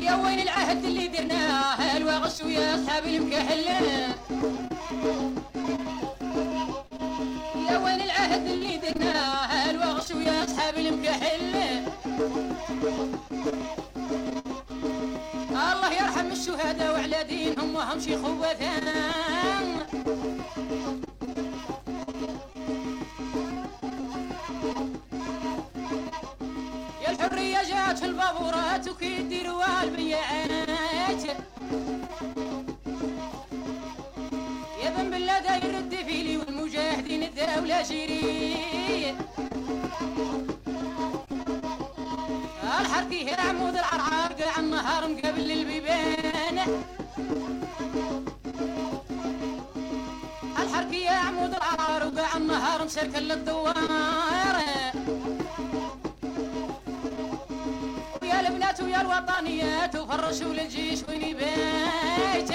يا وين العهد اللي درناه الوغش ويا اصحاب المكحل يا وين العهد اللي درناه الوغش ويا اصحاب المكحل الله يرحم الشهداء وعلى دينهم وهم شي خوثان يا الحرية جات في البابورات وكي ديروا البيعات يا بن بالله داير الدفيلي والمجاهدين الدولة جيري الحركي يا عمود العرعار قاع النهار مقابل البيبان الحركي يا عمود العرعار وقاع النهار مسركل الدوار ويا البنات ويا الوطنيات وفرشوا للجيش وين يبيت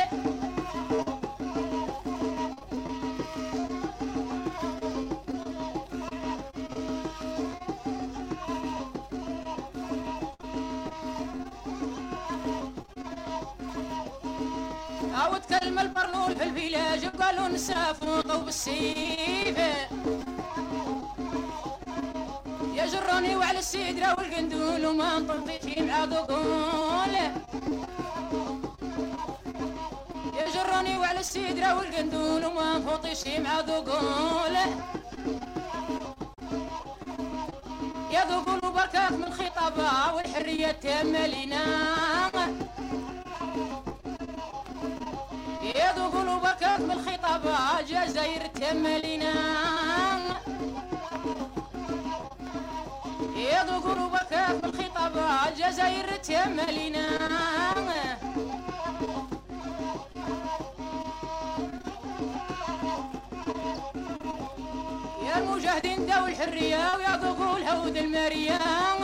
او تكلم البرنول في الفيلاج وقالوا نسافوا بالسيف يا جروني وعلى السيدرة والقندول وما نطفيش مع ذقول يا جروني وعلى السيدرة والقندول وما نفوطيش مع ذقول يا ذقول وبركات من خطابها والحرية تامة لنا يا ذقول وبركات من خطابها جزائر تامة لنا يا ذقول وبركات من خطابها جزائر تامة لنا يا المجاهدين داو الحرية ويا ذقول هود المارية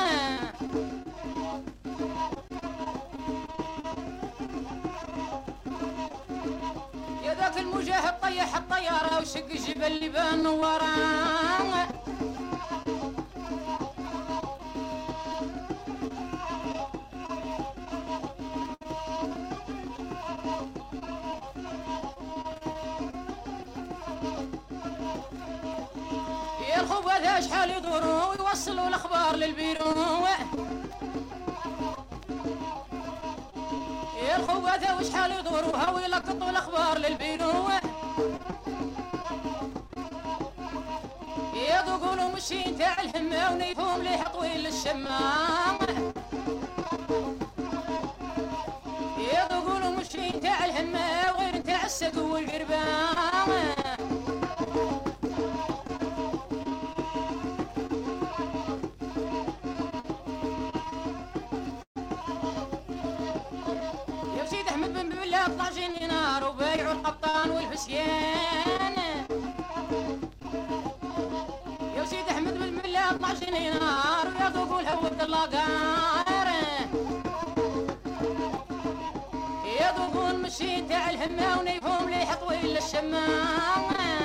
يا ذاك المجاهد طيح الطيارة وشق جبل لبان وراه يا الخبث شحال يدوروا ويوصلوا الاخبار للبيرو يا الخبث وشحال يدوروا ويلقطوا الاخبار للبيرو يا ذقولوا مشين تاع الهمه ونيفهم ليه طويل الشمام يا ذقولوا مشين تاع الهمه وغير تاع السدو والقربان يا سيد احمد بن بالله طلع جيني نار وبايعوا القبطان والفسيان يا سيد احمد بن بالله طلع جيني نار ويا ذوقوا الهود اللاقار يا ذوقوا المشي تاع الهمه ونيفهم ليه طويل الشمام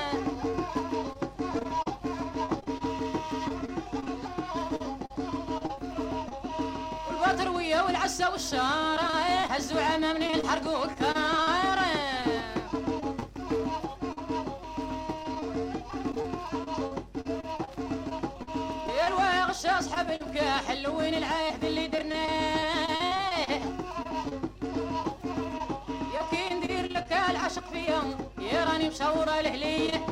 والبطرويه والعسه والشاره هزوا عمامني الحرق والكار يا الواغش اصحاب المكاحل وين العهد اللي درناه يا كي ندير لك العشق فيا يا راني مشوره لهليه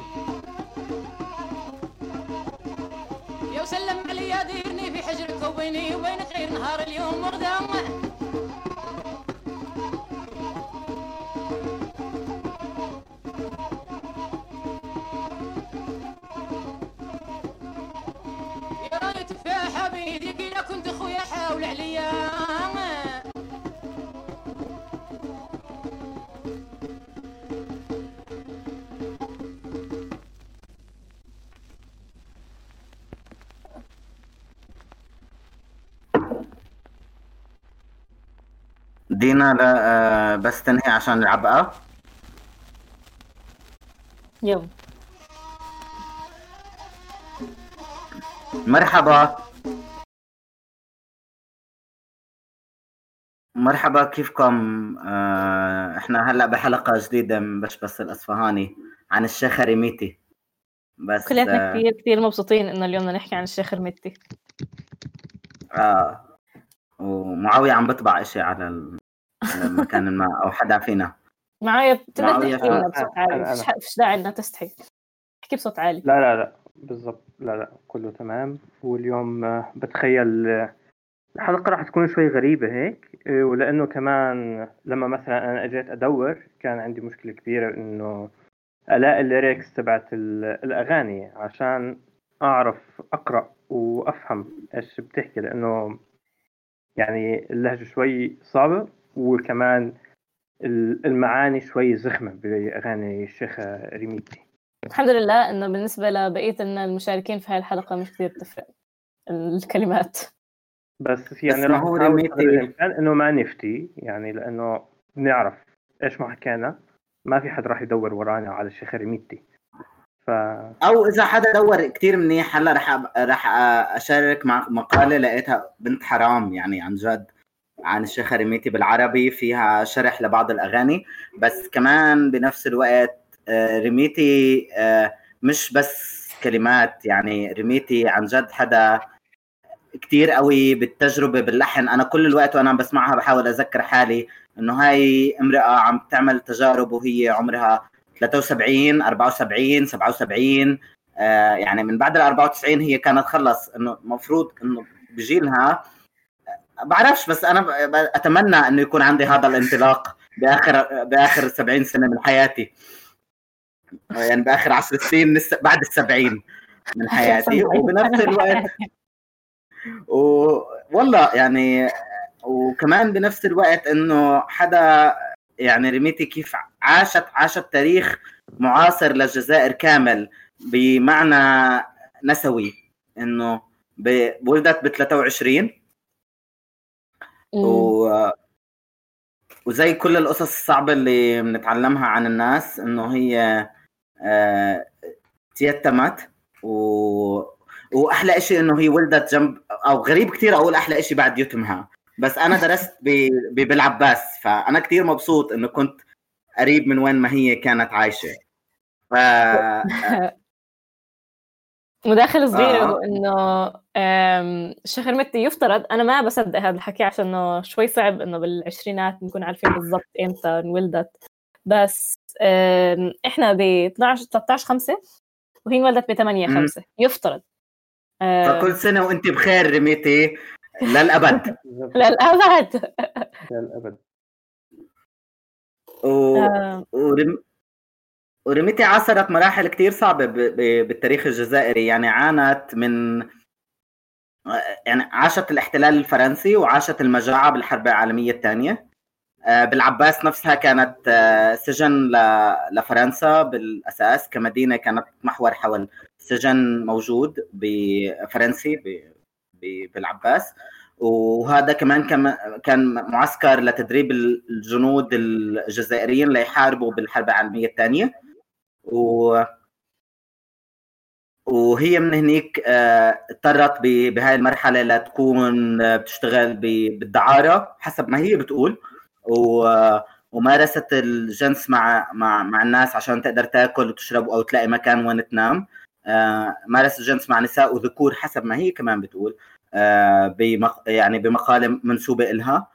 يا وسلم عليا ديرني في حجرك وبيني وبينك غير نهار اليوم وغدا يا راني تفاحة بيديك إلا كنت خويا حاول عليا دينا لا بس تنهي عشان العبقة. يلا مرحبا. مرحبا، كيفكم؟ احنا هلا بحلقة جديدة من بس الأصفهاني عن الشيخ ريميتي. بس كلياتنا كتير كتير مبسوطين إنه اليوم بدنا نحكي عن الشيخ رميتي. ومعاوية عم بطبع اشي على المكان ما او حدا فينا. معايا بتقدر معاوية تحكي لنا بصوت عالي؟ فيش داعي لنا تستحي، احكي بصوت عالي. لا بالضبط، لا كله تمام. واليوم بتخيل الحلقة راح تكون شوي غريبة هيك، ولأنه كمان لما مثلا أنا أجيت أدور كان عندي مشكلة كبيرة إنه ألاقي الليركس تبعت الأغاني عشان أعرف أقرأ وأفهم إيش بتحكي، لأنه يعني اللهجة شوي صعبة، وكمان المعاني شوي زخمة بأغاني الشيخ ريميتي. الحمد لله إنه بالنسبة لبقية المشاركين في هاي الحلقة مش كتير تفرق الكلمات، بس يعني راح نحاول قدر الإمكان إنه ما نفتي، يعني لأنه نعرف إيش ما حكينا، ما في حد راح يدور ورانا على الشيخ ريميتي. أو إذا حدا دور كتير منيح، هلا راح أشارك مع مقالة لقيتها بنت حرام يعني عن جد عن الشيخ ريميتي بالعربي، فيها شرح لبعض الأغاني. بس كمان بنفس الوقت ريميتي مش بس كلمات، يعني ريميتي عن جد حدا كتير قوي بالتجربة باللحن. أنا كل الوقت وأنا بسمعها بحاول أذكر حالي إنه هاي امرأة عم تعمل تجارب وهي عمرها 73 74 77. يعني من بعد ال 94 هي كانت خلص، إنه مفروض إنه بجيلها بعرفش، بس أنا أتمنى إنه يكون عندي هذا الانطلاق بآخر 70 سنة من حياتي، يعني بآخر 10 سنين بعد ال70 من حياتي. وبنفس الوقت والله يعني، وكمان بنفس الوقت انه حدا يعني ريميتي كيف عاشت تاريخ معاصر للجزائر كامل بمعنى نسوي، انه ولدت ب 23 وزي كل القصص الصعبة اللي بنتعلمها عن الناس انه هي تيتمت واحلى اشي انه هي ولدت جنب، او غريب كتير اقول احلى اشي بعد يتمها، بس انا درست بالعباس، فانا كتير مبسوط انه كنت قريب من وين ما هي كانت عايشة. مداخل صغيرة انه الشيخ رميتي يفترض، انا ما بصدق هذا الحكي عشان شوي صعب انه بالعشرينات نكون عارفين بالضبط امتى انولدت، بس احنا ب 13/5 وهي انولدت ب 8/5 يفترض. فكل سنة وانت بخير رميتي للأبد. للأبد. للأبد. ورميتي عاصرت مراحل كتير صعبة بالتاريخ الجزائري، يعني عانت من، يعني عاشت الاحتلال الفرنسي وعاشت المجاعة بالحرب العالمية الثانية. بالعباس نفسها كانت سجن لفرنسا بالأساس، كمدينة كانت محور حول سجن موجود بفرنسي بالعباس. وهذا كمان كان معسكر لتدريب الجنود الجزائريين ليحاربوا بالحرب العالمية الثانية. وهي من هنيك اضطرت بهاي المرحلة لتكون بتشتغل بالدعارة حسب ما هي بتقول، ومارست الجنس مع الناس عشان تقدر تاكل وتشرب او تلاقي مكان وين تنام. مارست الجنس مع نساء وذكور حسب ما هي كمان بتقول، يعني بمقالة منسوبة إلها.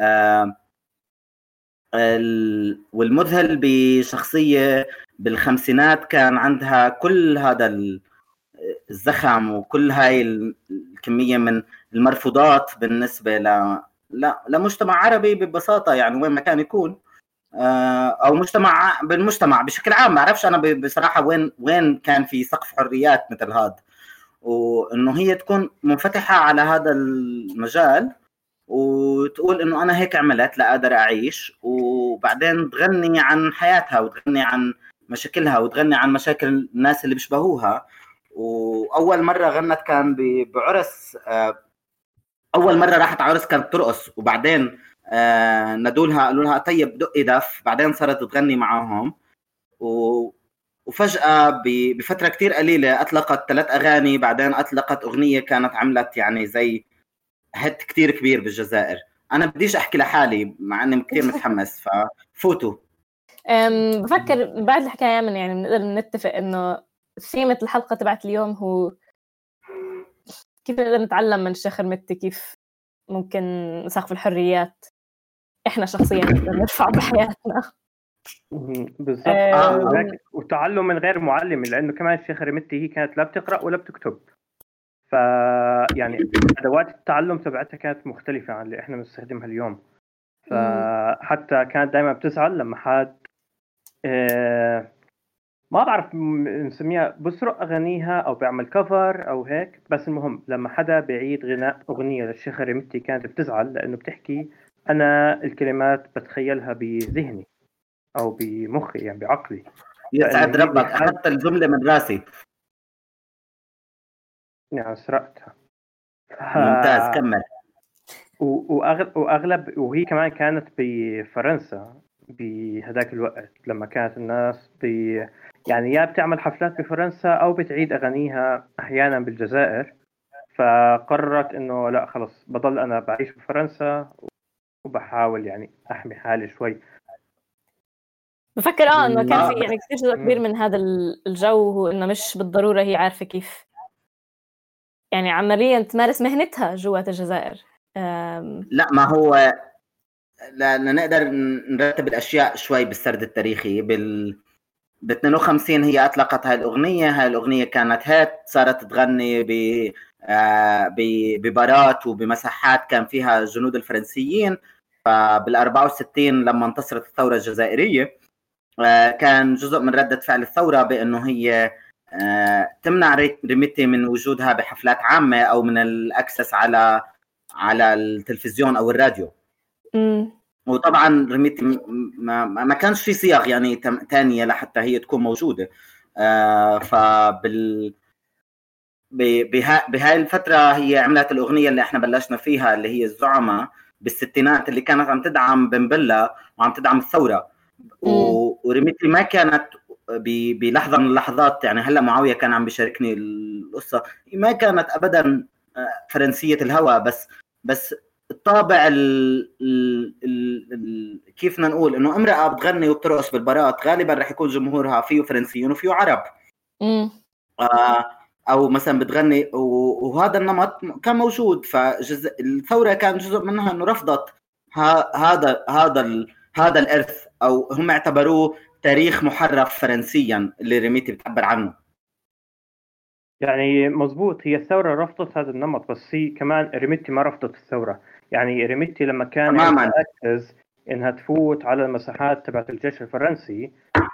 والمذهل بشخصية بالخمسينات كان عندها كل هذا الزخم وكل هاي الكمية من المرفوضات بالنسبة لمجتمع عربي ببساطة، يعني وين ما كان يكون، أو بالمجتمع بشكل عام. ما أعرفش أنا بصراحة وين كان في سقف حريات مثل هذا، وإنه هي تكون منفتحة على هذا المجال وتقول إنه أنا هيك عملت لأقدر أعيش، وبعدين تغني عن حياتها وتغني عن مشاكلها وتغني عن مشاكل الناس اللي بيشبهوها. وأول مرة غنت كان بعرس، أول مرة راحت عرس كانت ترقص، وبعدين ندولها قالوا لها طيب دقي دف، بعدين صارت تغني معاهم. وفجأة بفترة كتير قليلة أطلقت 3 أغاني، بعدين أطلقت أغنية كانت عملت يعني زي هيت كتير كبير بالجزائر. انا بديش احكي لحالي مع اني كثير متحمس، ففوتوا. بفكر بعد اللي حكيناه من يعني بنقدر نتفق انه ثيمة الحلقة تبعت اليوم هو كيف نقدر نتعلم من الشيخ هرمتي، كيف ممكن نسقف الحريات احنا شخصيا نقدر نرفع بحياتنا. بالضبط. وتعلم من غير معلم، لانه كمان الشيخ هرمتي هي كانت لا بتقرا ولا بتكتب، يعني ادوات التعلم تبعتها كانت مختلفه عن اللي احنا بنستخدمها اليوم. فحتى كانت دائما بتزعل لما حد ما بعرف نسميها بسرق اغانيها او بيعمل كفر او هيك، بس المهم لما حدا بيعيد غناء اغنيه للشيخ هرمتي كانت بتزعل، لانه بتحكي انا الكلمات بتخيلها بذهني او بمخي، يعني بعقلي. يسعد ربك، اخذت الجمله من راسي. يعني سرقتها. ممتاز، كمل. واغلب وهي كمان كانت بفرنسا بهداك الوقت، لما كانت الناس يعني يا بتعمل حفلات بفرنسا او بتعيد اغانيها احيانا بالجزائر. فقررت انه لا خلص بضل انا بعيش بفرنسا وبحاول يعني احمي حالي شوي. بفكر انه كان في يعني كثير جزء كبير من هذا الجو هو انه مش بالضروره هي عارفه كيف يعني عمليا تمارس مهنتها جوات الجزائر. لا، ما هو لا نقدر نرتب الاشياء شوي بالسرد التاريخي. ب 52 هي اطلقت هاي الاغنيه كانت هات، صارت تغني ببارات وبمساحات كان فيها جنود الفرنسيين. فبال 64 لما انتصرت الثوره الجزائريه كان جزء من ردة فعل الثورة بأنه هي تمنع ريميتي من وجودها بحفلات عامة أو من الأكسس على التلفزيون أو الراديو. وطبعا ريميتي ما كانش في صيغ يعني تانية لحتى هي تكون موجودة. بهاي الفترة هي عملت الأغنية اللي احنا بلشنا فيها اللي هي الزعماء بالستينات، اللي كانت عم تدعم بن بلة وعم تدعم الثورة. وريميتي ما كانت بلحظة من اللحظات، يعني هلأ معاوية كان عم بيشاركني القصة، ما كانت أبدا فرنسية الهوى، بس الطابع كيف نقول إنه امرأة بتغني وبترقص بالبارات غالبا رح يكون جمهورها فيه فرنسيين وفيه عرب. أو مثلا بتغني وهذا النمط كان موجود. فالثورة كان جزء منها إنه رفضت هذا الإرث، أو هم اعتبروه تاريخ محرف فرنسيا اللي ريميتي بتعبر عنه. يعني مزبوط، هي الثورة رفضت هذا النمط، بس هي كمان ريميتي ما رفضت الثورة. يعني ريميتي لما كان تركز إنها تفوت على المساحات تبعت الجيش الفرنسي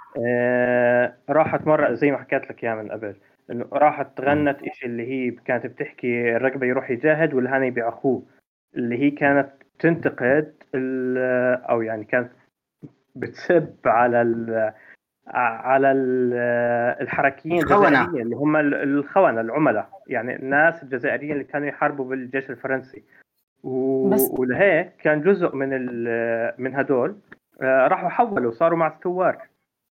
راحت مرة زي ما حكيت لك يا من قبل، إنه راحت غنت إشي اللي هي كانت بتحكي الرقبة يروح يجاهد والهنا يبيع أخوه، اللي هي كانت تنتقد أو يعني كانت بتسب على الحركيين الجزائريين اللي هم الخونة العملاء، يعني الناس الجزائريين اللي كانوا يحاربوا بالجيش الفرنسي. ولهيك كان جزء من هدول راحوا حولوا صاروا مع الثوار.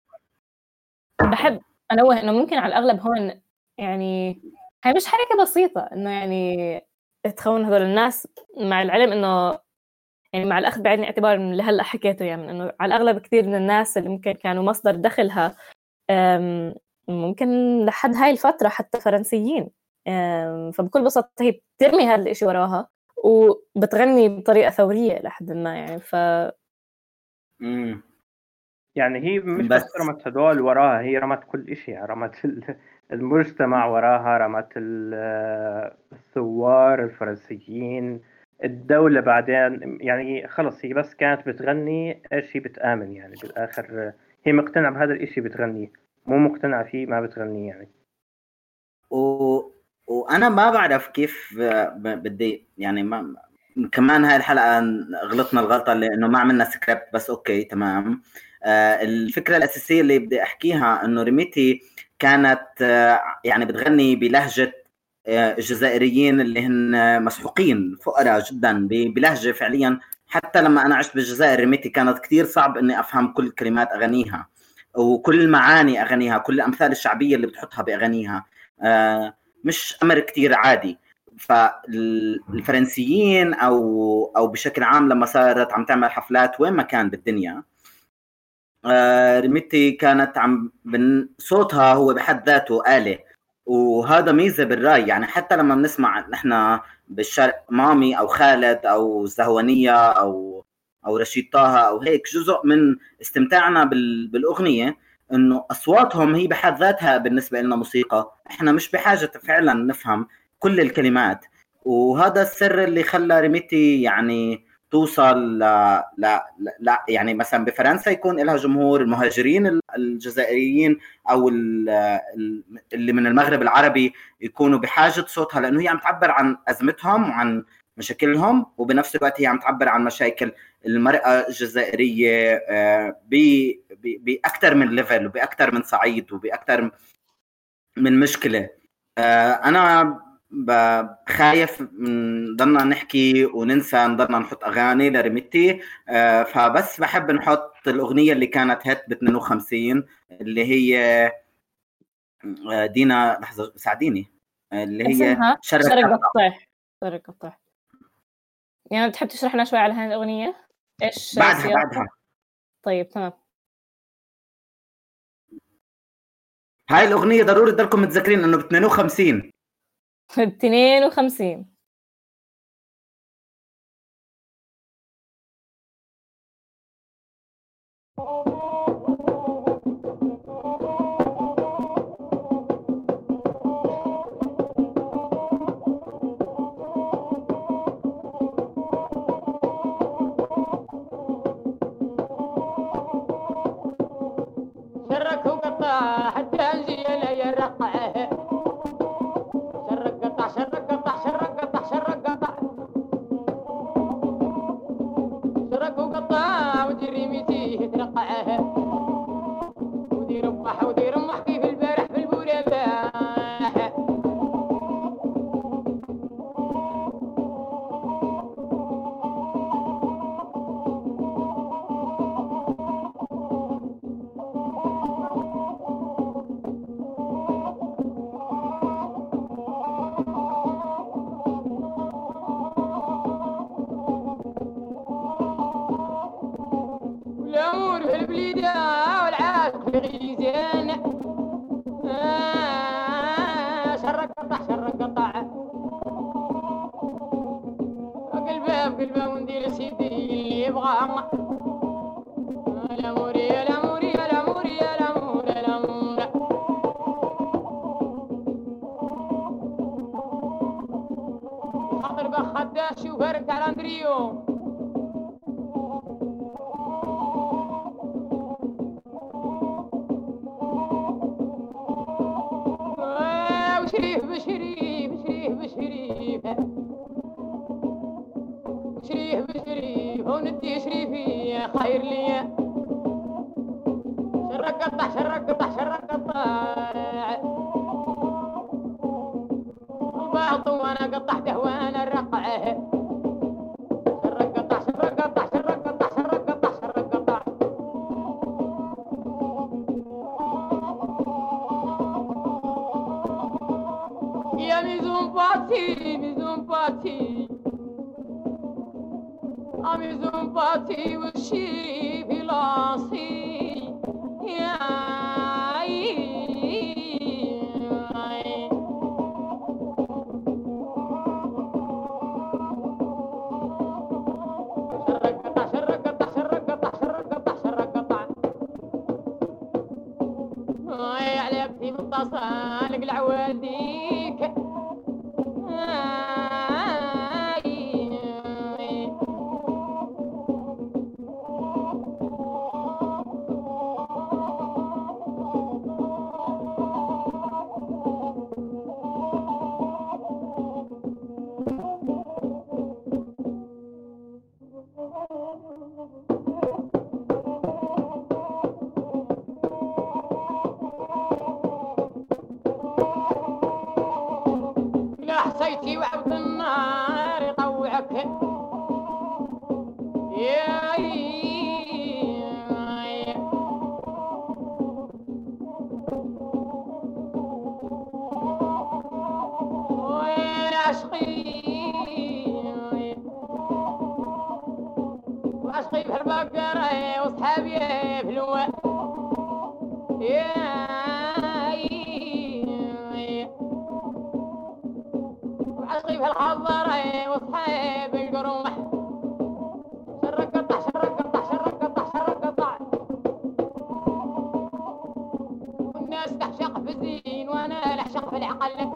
بحب انوه انه ممكن على الاغلب هون يعني هي مش حركة بسيطة انه يعني تخون هذول الناس، مع العلم انه يعني مع الأخذ بعين الاعتبار من اللي هلأ حكيته، يعني إنه على الأغلب كثير من الناس اللي ممكن كانوا مصدر دخلها ممكن لحد هاي الفترة حتى فرنسيين. فبكل بساطة هي بترمي هذا الإشي وراها وبتغني بطريقة ثورية لحد ما يعني يعني هي مش بس رمت هدول وراها، هي رمت كل إشي، يعني رمت المجتمع وراها، رمت الثوار الفرنسيين، الدولة بعدين. يعني خلص هي بس كانت بتغني إيش هي بتآمن، يعني بالآخر هي مقتنعة بهذا الإشي بتغنيه، مو مقتنعة فيه ما بتغنيه يعني. وأنا ما بعرف كيف بدي يعني كمان هاي الحلقة غلطنا الغلطة اللي إنه ما عملنا سكريبت، بس أوكي تمام. الفكرة الأساسية اللي بدي أحكيها إنه ريميتي كانت يعني بتغني بلهجة الجزائريين اللي هن مسحوقين فقراء جدا بلهجة فعليا. حتى لما أنا عشت بالجزائر ريميتي كانت كتير صعب إني أفهم كل كلمات أغانيها وكل معاني أغانيها، كل الأمثال الشعبية اللي بتحطها بأغانيها مش أمر كتير عادي. فالفرنسيين او بشكل عام لما صارت عم تعمل حفلات وين ما كان بالدنيا، ريميتي كانت صوتها هو بحد ذاته آلة، وهذا ميزة بالراي. يعني حتى لما بنسمع نحن بالشرق مامي او خالد او الزهوانية او رشيد طه او هيك، جزء من استمتاعنا بالاغنية انه اصواتهم هي بحد ذاتها بالنسبة لنا موسيقى، احنا مش بحاجة فعلا نفهم كل الكلمات. وهذا السر اللي خلى ريميتي يعني توصل لا يعني مثلا بفرنسا يكون لها جمهور، المهاجرين الجزائريين او اللي من المغرب العربي يكونوا بحاجة صوتها، لانه هي عم تعبر عن ازمتهم وعن مشاكلهم، وبنفس الوقت هي عم تعبر عن مشاكل المرأة الجزائرية بأكثر من ليفل وبأكثر من صعيد وبأكثر من مشكلة. أنا خايف نضلنا نحكي وننسى نضلنا نحط أغاني لريميتي، فبس بحب نحط الأغنية اللي كانت هيت ب 52 اللي هي دينا، لحظة ساعديني، اللي هي شرق قطع. شرق قطع. يعني بتحب تشرح لنا شوي على هاي الأغنية؟ إيش بعدها؟ طيب تمام. هاي الأغنية ضروري تضلكم متذكرين إنه ب 52. 52. وعشقي في البقرة وصحابي في الواد وعشقي في الحضرة وصحابي القروح شرق قطع شرق قطع شرق قطع شرق قطع والناس تحشق في الزين وانا لحشق في العقل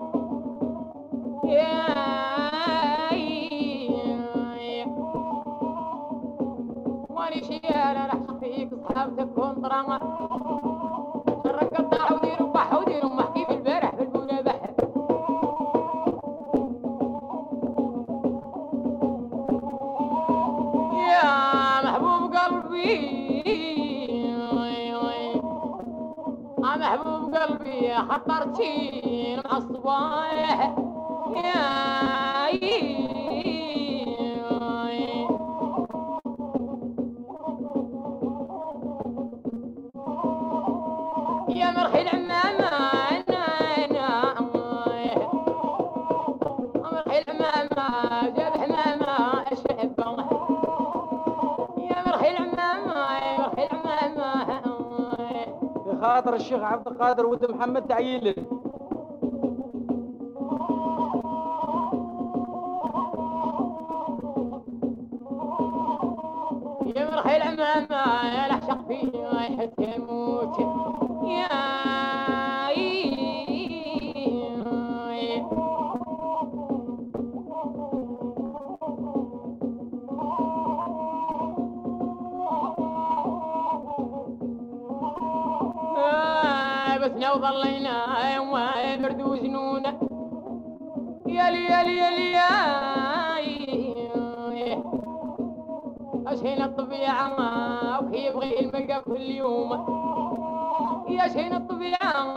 واني شيال لحشق فيك صحاب تكون طرامة شرق قطع ودير بح ودير محكي في البارح في البولا بحر يا محبوب قلبي يا محبوب قلبي خطرتي مع الصبايح يا مرخي العمامة مرخي العمامة جاب حمامة الشعب يا مرخي العمامة مرخي العمامة بخاطر الشيخ عبد القادر ولد محمد تعيين يا مرخي العمامة يا لحشق فيه حتى يموت يا بسنا وظلينا يوم برد وجنونة يا لي يا لي يا لي أشهين الطبيعة وكي يبغي الملقى كل يوم يا شهين الطبيعة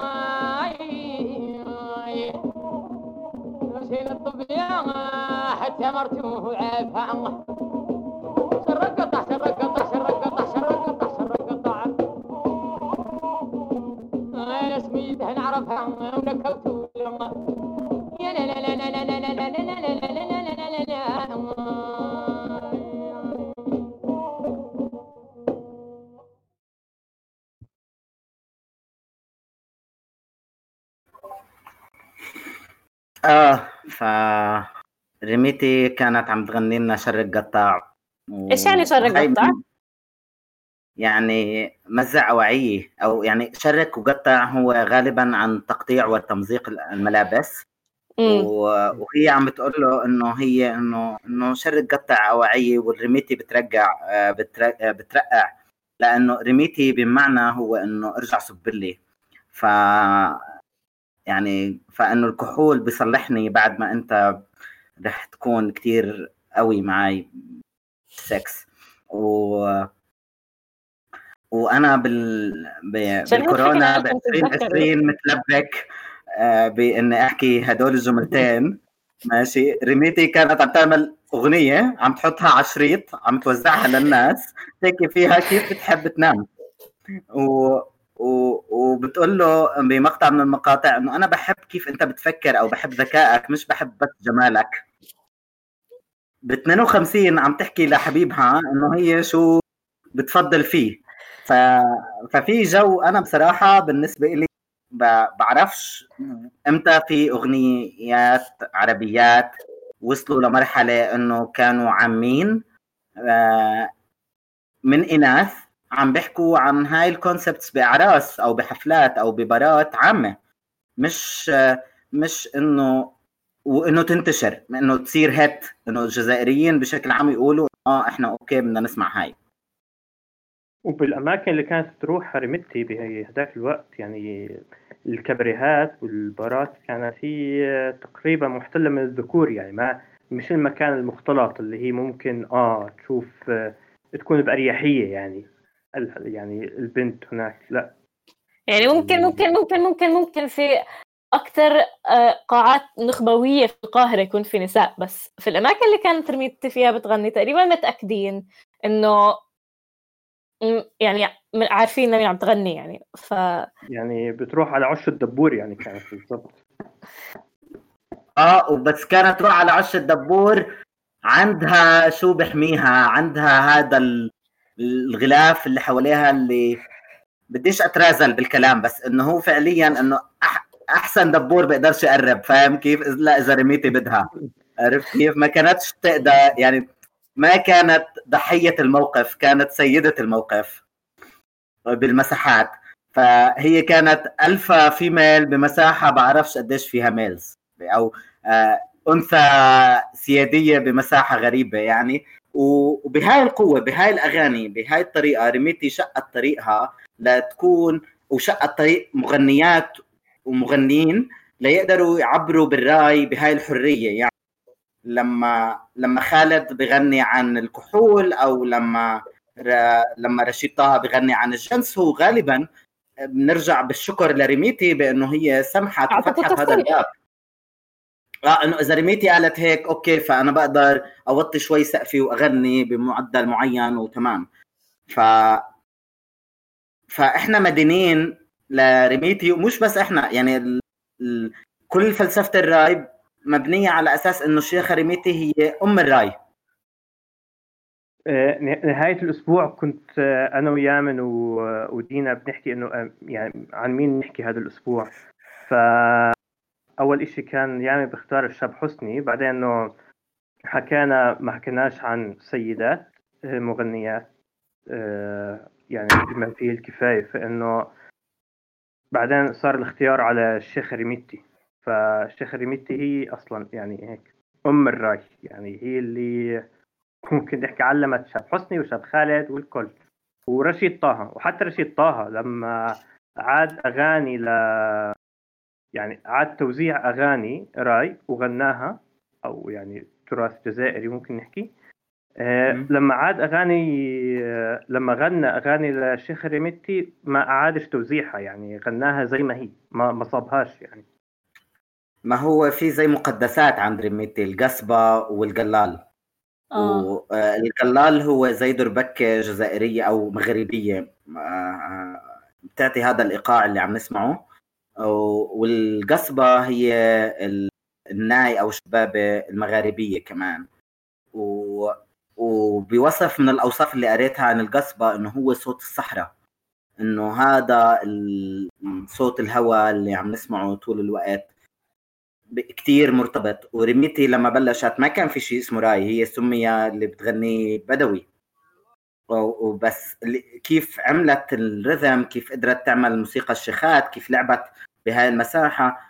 أشهين الطبيعة حتى مرتوه عافها الله شرق قطع شرق قطع شرق قطع شرق قطع شرق قطع أنا سميتها نعرفها ونكوتو يا لا لا لا لا لا لا لا لا لا لا لا لا ف ريميتي كانت عم تغني لنا شرق قطاع ايش يعني شرق قطاع؟ يعني مزع وعيه او يعني شرق وقطع هو غالبا عن تقطيع وتمزيق الملابس وهي عم بتقول له انه هي انه شرق قطع اوعيه والريميتي بترقع لانه ريميتي بمعنى هو انه ارجع صب لي يعني فانه الكحول بيصلحني بعد ما انت رح تكون كتير قوي معي سكس وانا بالكورونا ب 2020 متلبك باني احكي هدول الجملتين ماشي. ريميتي كانت عم تعمل اغنيه عم تحطها على شريط عم توزعها للناس تحكي فيها كيف بتحب تنام وبتقول له بمقطع من المقاطع انه انا بحب كيف انت بتفكر او بحب ذكائك مش بحب بس جمالك. ب 52 عم تحكي لحبيبها انه هي شو بتفضل فيه. ففي جو انا بصراحه بالنسبه لي بعرفش امتى في اغنيات عربيات وصلوا لمرحله انه كانوا عامين من اناث عم بيحكوا عن هاي الكونسبتس باعراس او بحفلات او ببارات عامه مش انه وانه تنتشر انه تصير هيت انه الجزائريين بشكل عام يقولوا احنا اوكي بدنا نسمع هاي. وبالاماكن اللي كانت تروح ريميتي بهداك الوقت يعني الكبريهات والبارات كانت هي تقريبا محتله من الذكور يعني ما مش المكان المختلط اللي هي ممكن تشوف تكون بأريحية يعني البنت هناك لا يعني ممكن في أكثر قاعات نخبوية في القاهرة يكون في نساء بس في الأماكن اللي كانت رميتي فيها بتغني تقريبا متأكدين إنه يعني عارفين مين عم تغني يعني يعني بتروح على عش الدبور يعني كانت بالضبط وبس كانت تروح على عش الدبور عندها شو بحميها عندها هذا الغلاف اللي حواليها اللي بديش اترازل بالكلام، بس انه هو فعليا انه احسن دبور بيقدرش يقرب، فاهم كيف؟ لا اذا رميتي بدها، عرفت كيف؟ ما كانتش تقدر يعني، ما كانت ضحية الموقف، كانت سيدة الموقف بالمساحات. فهي كانت ألفا فيميل بمساحة بعرفش قديش فيها ميلز، أو أنثى سيادية بمساحة غريبة يعني. وبهاي القوة، بهاي الأغاني، بهاي الطريقة، ريميتي شقت طريقها لتكون، وشقت طريق مغنيات ومغنيين ليقدروا يعبروا بالراي بهاي الحرية. يعني لما خالد بغني عن الكحول، أو لما رشيد طه بغني عن الجنس، هو غالبا بنرجع بالشكر لريميتي بانه هي سمحت وفتحت هذا الباب. انه اذا ريميتي قالت هيك اوكي، فانا بقدر اوطي شوي سقفي واغني بمعدل معين وتمام. فاحنا مدينين لريميتي، ومش بس احنا يعني كل فلسفة الراي مبنية على اساس انه الشيخة ريميتي هي ام الراي. نهاية الأسبوع كنت أنا ويامن ودينا بنحكي إنه يعني عن مين نحكي هذا الأسبوع. فأول إشي كان يامن بيختار الشاب حسني، بعدين إنه ما حكيناش عن سيدات مغنيات يعني بما فيه الكفاية، فإنه بعدين صار الاختيار على الشيخة ريميتي. فالشيخة ريميتي هي أصلا يعني هيك أم الراي، يعني هي اللي ممكن نحكي علمت شاب حسني وشاب خالد والكل، ورشيد طه. وحتى رشيد طه لما عاد أغاني يعني عاد توزيع أغاني راي وغناها، أو يعني تراث جزائري ممكن نحكي. لما عاد أغاني لما غنى أغاني للشيخ ريميتي ما أعادش توزيعها، يعني غناها زي ما هي، ما صابهاش يعني. ما هو في زي مقدسات عند ريميتي، القصبة والقلال. والقلال هو زي دربكة جزائرية أو مغربية بتعطي هذا الإيقاع اللي عم نسمعه. والقصبة هي الناي أو الشبابة المغاربية كمان. وبوصف من الأوصاف اللي قريتها عن القصبة إنه هو صوت الصحراء، إنه هذا صوت الهواء اللي عم نسمعه طول الوقت كتير مرتبط. وريميتي لما بلشت ما كان في شيء اسمه راي، هي سمية اللي بتغني بدوي وبس. كيف عملت الرذم، كيف قدرت تعمل موسيقى الشيخات، كيف لعبت بهاي المساحة.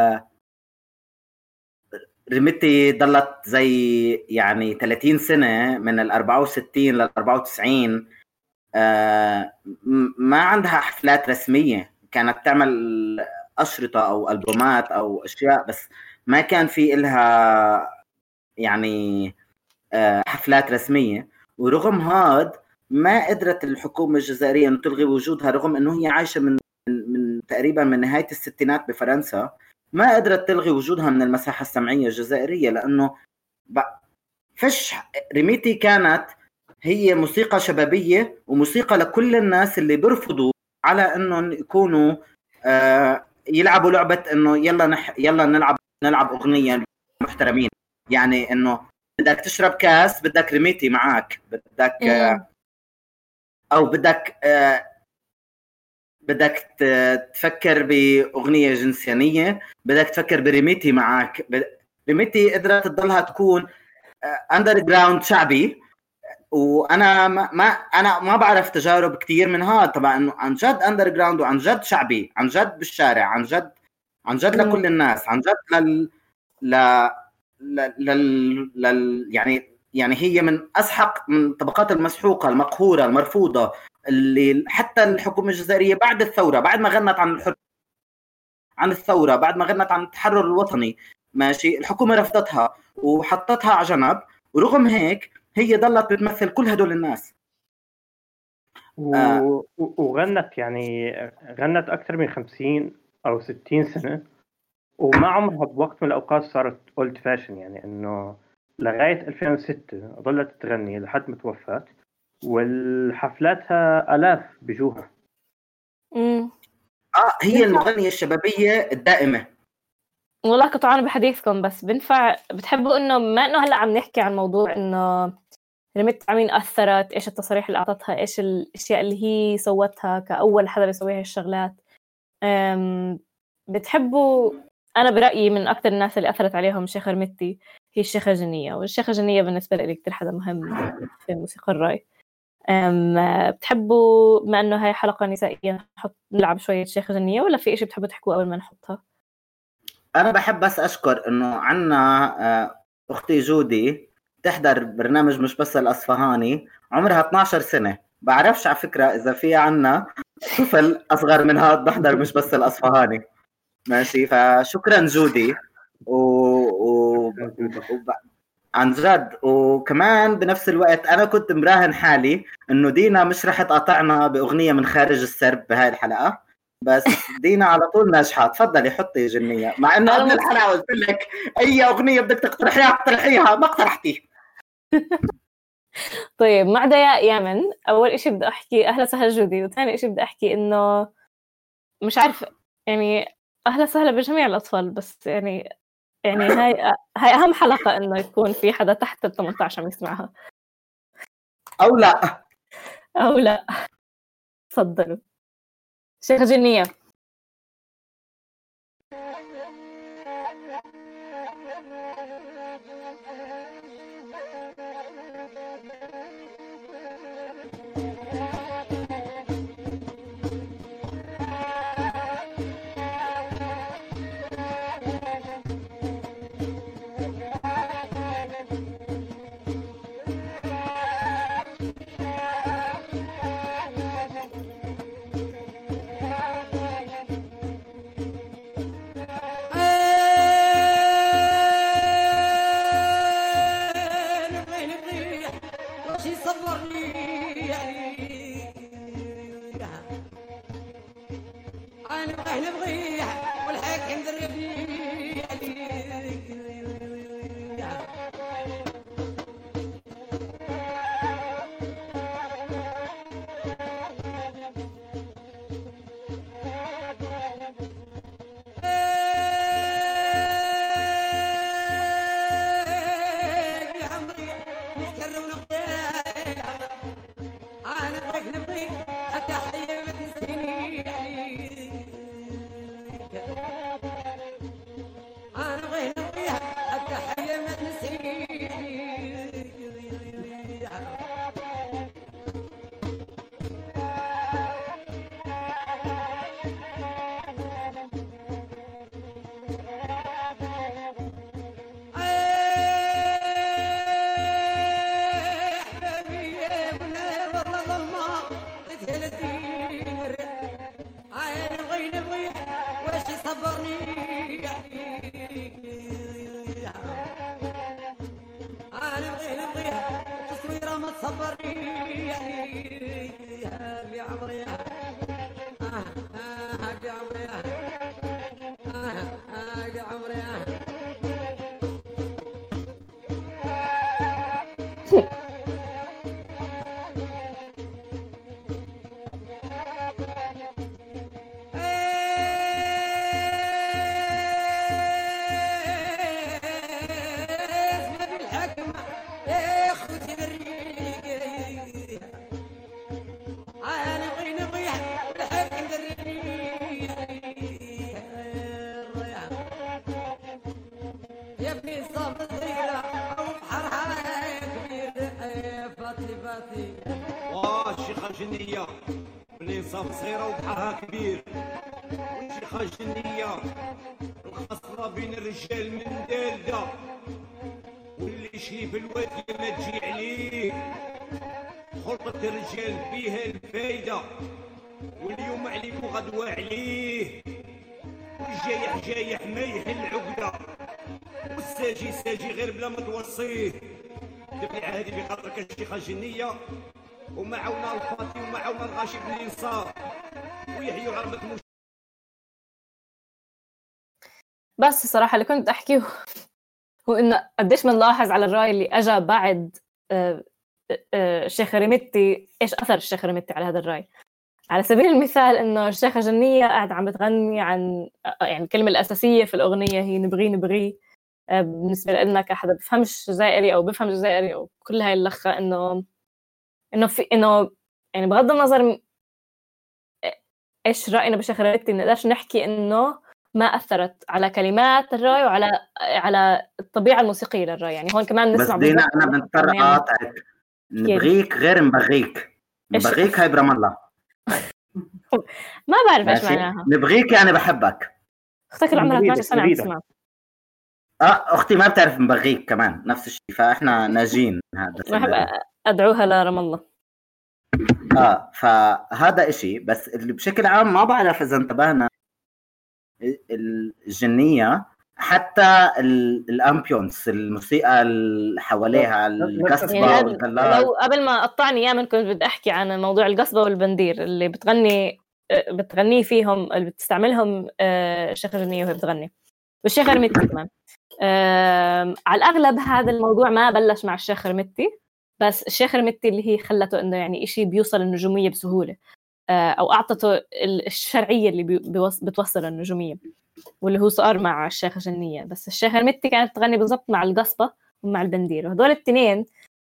ريميتي ضلت زي يعني 30 سنة من ال 64 لل 94 ما عندها حفلات رسمية. كانت تعمل أشرطة أو ألبومات أو أشياء، بس ما كان في إلها يعني حفلات رسمية. ورغم هذا ما قدرت الحكومة الجزائرية أن تلغي وجودها، رغم أنه هي عايشة من تقريبا من نهاية الستينات بفرنسا. ما قدرت تلغي وجودها من المساحة السمعية الجزائرية، لأنه فش ريميتي كانت هي موسيقى شبابية وموسيقى لكل الناس اللي بيرفضوا على أنه يكونوا يلعبوا لعبة أنه يلا نلعب أغنية محترمين. يعني أنه بدك تشرب كاس، بدك ريميتي معك، بدك أو بدك تفكر بأغنية جنسيانية، بدك تفكر بريميتي معك. ريميتي قدرت تضلها تكون اندر جراوند شعبي. وانا انا ما بعرف تجارب كتير من هذا طبعا، انه عن جد اندر جراوند وعن جد شعبي، عن جد بالشارع، عن جد لكل الناس، عن جد يعني هي من اسحق من الطبقات المسحوقه المقهوره المرفوضه، اللي حتى الحكومه الجزائريه بعد الثوره، بعد ما غنت عن الثوره، بعد ما غنت عن التحرر الوطني، ماشي، الحكومه رفضتها وحطتها على جنب. ورغم هيك هي ضلت بتمثل كل هدول الناس. وغنت يعني غنت أكثر من 50 أو 60 سنة، وما عمرها بوقت من الأوقات صارت أولد فاشن، يعني إنه لغاية 2006 ظلت تغني لحد ما توفت، والحفلاتها آلاف بجوها. هي المغنية الشبابية الدائمة. والله قطعان بحديثكم، بس بتحبوا إنه ما إنه هلأ عم نحكي عن موضوع إنه ريميت عمين أثرت، إيش التصاريح اللي أعطتها، إيش الأشياء اللي هي سوتها كأول حدا بيسويها هالشغلات. بتحبوا، أنا برأيي من أكتر الناس اللي أثرت عليهم الشيخة رميتي هي الشيخة جنية، والشيخة جنية بالنسبة لي كتير حدا مهم في موسيقى الراي. بتحبوا بما أنه هاي حلقة نسائية نلعب شوية شيخة جنية، ولا في إشي بتحبوا تحكوا قبل ما نحطها؟ أنا بحب بس أشكر إنه عنا أختي جودي تحضر برنامج مش بس الأصفهاني، عمرها 12 سنة. بعرفش على فكرة إذا في عنا طفل أصغر من هاد بحضر مش بس الأصفهاني. ماشي، فشكرا جودي عن جد. وكمان بنفس الوقت أنا كنت مراهن حالي إنه دينا مش رح تقاطعنا بأغنية من خارج السرب بهاي الحلقة، بس دينا على طول ناجحة. تفضلي حطي جنية، مع إنه قبل الحلقة قلت لك أي أغنية بدك تقترحيها اقترحيها، ما اقترحتي. طيب مع دياء يمن، أول إشي بدي أحكي أهلا وسهلا جودي، وثاني إشي بدي أحكي إنه مش عارف يعني أهلا وسهلا بجميع الأطفال، بس يعني هاي أهم حلقة إنه يكون في حدا تحت 18 عم يسمعها أو لا. أو لا. تفضلوا شيخة جنية. والشيخة جنية اللي صاف صغيرة وبحرها كبير، والشيخة جنية الخصرة بين الرجال من دالدة، واللي يشيب الوادي ما تجي عليه، خلطة الرجال فيها الفايدة، واليوم عليك وغدوة عليه، والجايح جايح ما يحل عقدة، والساجي ساجي غير بلا ما توصيه. تبني عهدي بخاطرك الشيخة جنية، ومعونا الفاطي ومعونا الغاشي بن الانصار، ويحيوا عربة بس الصراحة اللي كنت أحكيه هو إنه قديش بنلاحظ على الراي اللي أجا بعد الشيخ ريميتي، إيش أثر الشيخ ريميتي على هذا الراي. على سبيل المثال إنه الشيخة جنية قاعدة عم بتغني عن يعني الكلمة الأساسية في الأغنية هي نبغي نبغي، بالنسبة لنا كحدا بفهمش جزائري أو بفهم جزائري أو كل هاي اللخة إنه يعني بغض النظر إيش رأينا بشيخ رمتي بنقدرش نحكي إنه ما أثرت على كلمات الراي على الطبيعة الموسيقية للراي. يعني هون كمان بس نسمع دينا أنا بنضطر أقاطعك. نبغيك غير مبغيك. نبغيك هاي برام الله. ما بعرف إيش معناها. نبغيك يعني بحبك. أختك العمرها 12 سنة عم تسمع. أختي ما بتعرف مبغيك كمان نفس الشيء، فإحنا ناجين هذا. بحب أدعوها لرام الله. فهذا إشي. بس اللي بشكل عام ما بعرف إذا انتبهنا الجنية حتى الأمبيونس الموسيقى اللي حواليها القصبة يعني والقلال. لو قبل ما قطعني إياه كنت بدي أحكي عن موضوع القصبة والبندير اللي بتغني فيهم اللي بتستعملهم الشيخة جنية وهي بتغني والشيخة رمتي كمان. على الأغلب هذا الموضوع ما بلش مع الشيخة رمتي، بس الشيخة رمتي اللي هي خلته إنه يعني إشي بيوصل النجومية بسهولة، أو أعطته الشرعية اللي بتوصل النجومية، واللي هو صار مع الشيخة جنية. بس الشيخة رمتي كانت تغني بالضبط مع القصبة ومع البندير، وهدول التنين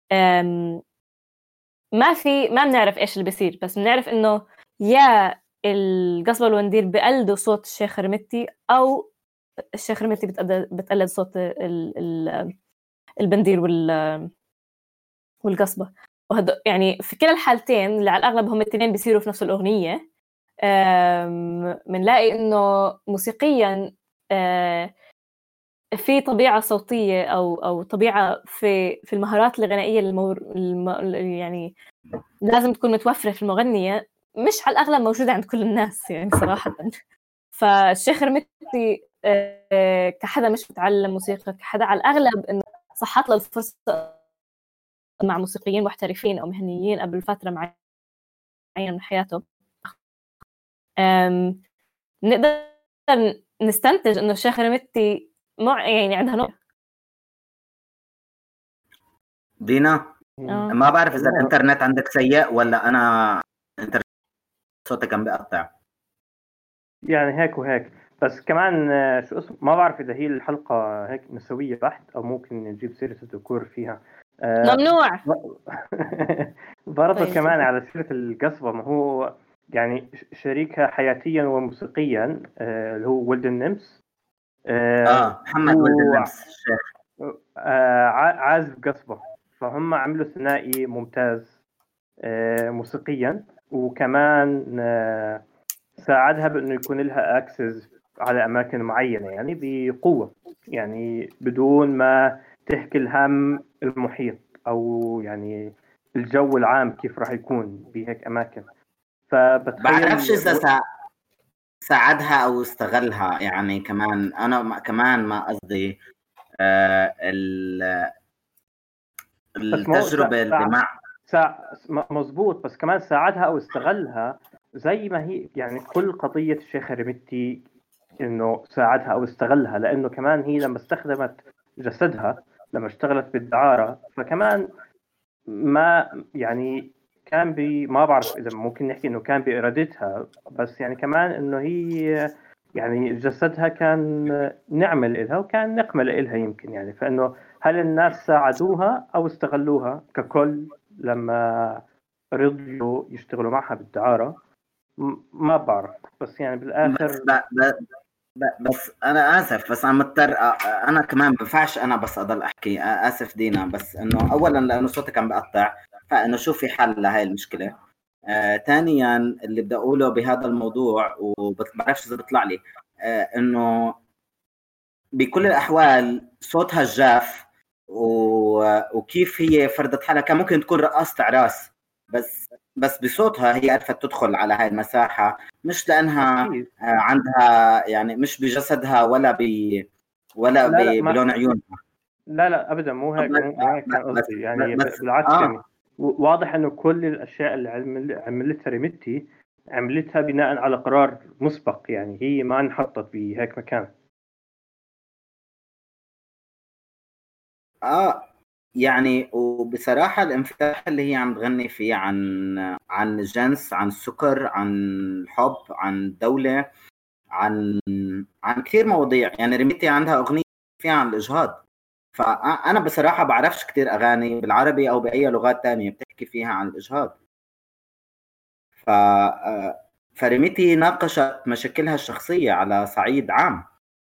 ما بنعرف إيش اللي بيصير، بس بنعرف إنه يا القصبة والبندير بقلدوا صوت الشيخة رمتي أو الشيخة رمتي بتقلد صوت البندير والقصبة. يعني في كلا الحالتين اللي على الأغلب هم التنين بيصيروا في نفس الأغنية، منلاقي إنه موسيقيا في طبيعة صوتية أو طبيعة في المهارات الغنائية يعني لازم تكون متوفرة في المغنية، مش على الأغلب موجودة عند كل الناس يعني صراحة. فالشيخ رمتي كحدا مش متعلم موسيقى، كحدا على الأغلب إنه صحت له الفرصة مع موسيقيين محترفين أو مهنيين قبل فترة معينة من حياته. نقدر نستنتج إنه الشيخة رمتي يعني عندها نوع. دينا ما بعرف إذا الإنترنت عندك سيء ولا أنا إنترنت صوتك عم بيقطع. يعني هيك وهيك. بس كمان شو اسمه ما بعرف إذا هي الحلقة هيك نسوية بحت أو ممكن نجيب سيرة الذكور فيها. ممنوع. برضه كمان على سيرة القصبة، ما هو يعني شريكها حياتيا وموسيقيا اللي هو ولد النمس. محمد ولد النمس الشيخ عازف قصبة، فهم عملوا ثنائي ممتاز موسيقيا، وكمان ساعدها بأنه يكون لها أكسس على أماكن معينة يعني بقوة، يعني بدون ما تحكي الهم المحيط أو يعني الجو العام كيف راح يكون بهيك أماكن. بعرفش إذا ساعدها أو استغلها. يعني كمان أنا كمان ما قصدي التجربة اللي مع مزبوط، بس كمان ساعدها أو استغلها زي ما هي. يعني كل قضية الشيخة رمتي إنه ساعدها أو استغلها، لأنه كمان هي لما استخدمت جسدها لما اشتغلت بالدعارة، فكمان ما يعني كان ما بعرف إذا ممكن نحكي إنه كان بإرادتها، بس يعني كمان إنه هي يعني جسدها كان نعمة لإلها وكان نقمة لإلها يمكن. يعني فإنه هل الناس ساعدوها أو استغلوها ككل لما رضيوا يشتغلوا معها بالدعارة؟ ما بعرف. بس يعني بالآخر بس أنا آسف، بس أنا مضطر أنا كمان بنفعش أنا بس أضل أحكي. آسف دينا، بس إنه أولا لأنه صوتك عم بقطع، فإنه شوفي حل لهاي المشكلة. ثانيا اللي بدي أقوله بهذا الموضوع وبعرفش إذا بيطلع لي إنه بكل الأحوال صوتها الجاف وكيف هي فردت حالها كان ممكن تكون رقاصة عراس، بس بصوتها هي عرفت تدخل على هاي المساحة، مش لأنها عندها يعني مش بجسدها ولا بلون عيونها. لا أبدا مو هيك كان قصدي. يعني بالعكس يعني واضح إنه كل الأشياء اللي عملتها ريميتي عملتها بناء على قرار مسبق، يعني هي ما انحطت بهيك مكان. يعني وبصراحة الانفتاح اللي هي عم تغني فيه عن الجنس، عن السكر، عن الحب، عن الدولة، عن كثير مواضيع. يعني ريميتي عندها أغنية فيها عن الإجهاض. فأنا بصراحة بعرفش كتير أغاني بالعربي أو بأي لغات تانية بتحكي فيها عن الإجهاض. ف فريميتي ناقشت مشاكلها الشخصية على صعيد عام.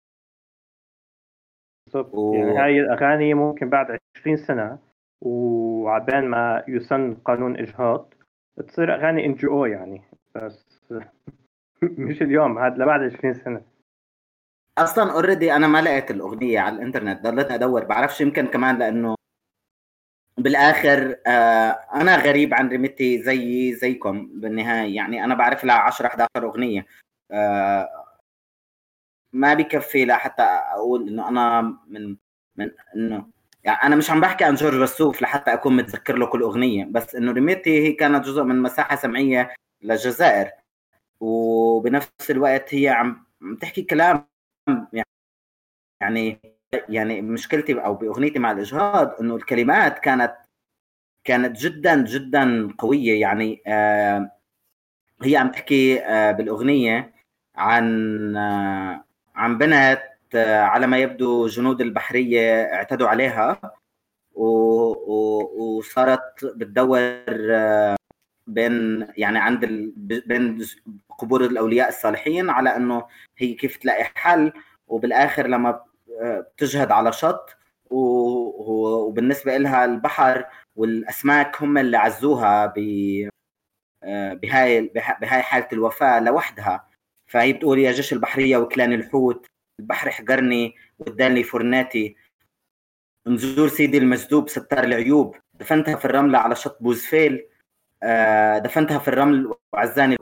بالضبط. يعني هاي الأغاني ممكن بعد 20 سنة وعبان ما يسن قانون إجهاض تصير أغاني NGO يعني، بس مش اليوم، هذا لبعد 20 سنة. اصلا اوريدي انا ما لقيت الاغنيه على الانترنت، ضليت ادور، بعرفش يمكن كمان لانه بالاخر انا غريب عن ريميتي زيكم بالنهايه. يعني انا بعرف لها 10 11 اغنيه، آه ما بكفي لحتى اقول انه انا من انه يعني انا مش عم بحكي عن جورج وسوف لحتى اكون متذكر له كل اغنيه، بس انه ريميتي هي كانت جزء من مساحه سمعيه للجزائر، وبنفس الوقت هي عم تحكي كلام. يعني يعني مشكلتي او باغنيتي مع الاجهاض انه الكلمات كانت جدا جدا قويه. يعني هي عم تحكي بالاغنيه عن بنت على ما يبدو جنود البحريه اعتدوا عليها، وصارت بتدور بين يعني بين قبور الاولياء الصالحين على انه هي كيف تلاقي حل. وبالاخر لما بتجهد على شط وبالنسبه لها البحر والاسماك هم اللي عزوها بهاي حاله الوفاه لوحدها. فهي بتقول يا جيش البحريه وكلاني الحوت، البحر حجرني واداني فرناتي، نزور سيدي المجذوب ستار العيوب، دفنتها في الرمله على شط بوزفيل، دفنتها في الرمل وعزاني.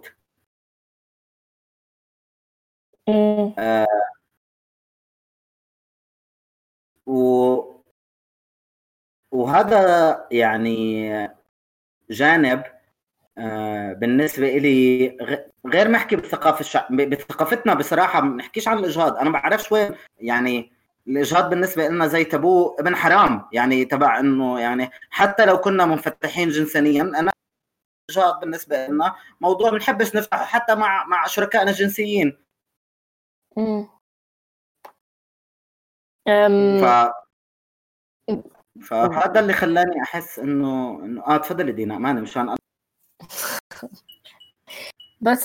وهذا يعني جانب بالنسبة إلي غير ما أحكي بالثقافة بثقافتنا بصراحة ما نحكيش عن الإجهاض. أنا بعرف وين يعني الإجهاض بالنسبة لنا زي تابو ابن حرام، يعني تبع إنه يعني حتى لو كنا منفتحين جنسانيا، أنا الإجهاض بالنسبة لنا موضوع بنحبش نفتحه حتى مع شركائنا الجنسيين. فهذا اللي خلاني احس انه تفضلي دينا، ما انا مشان بس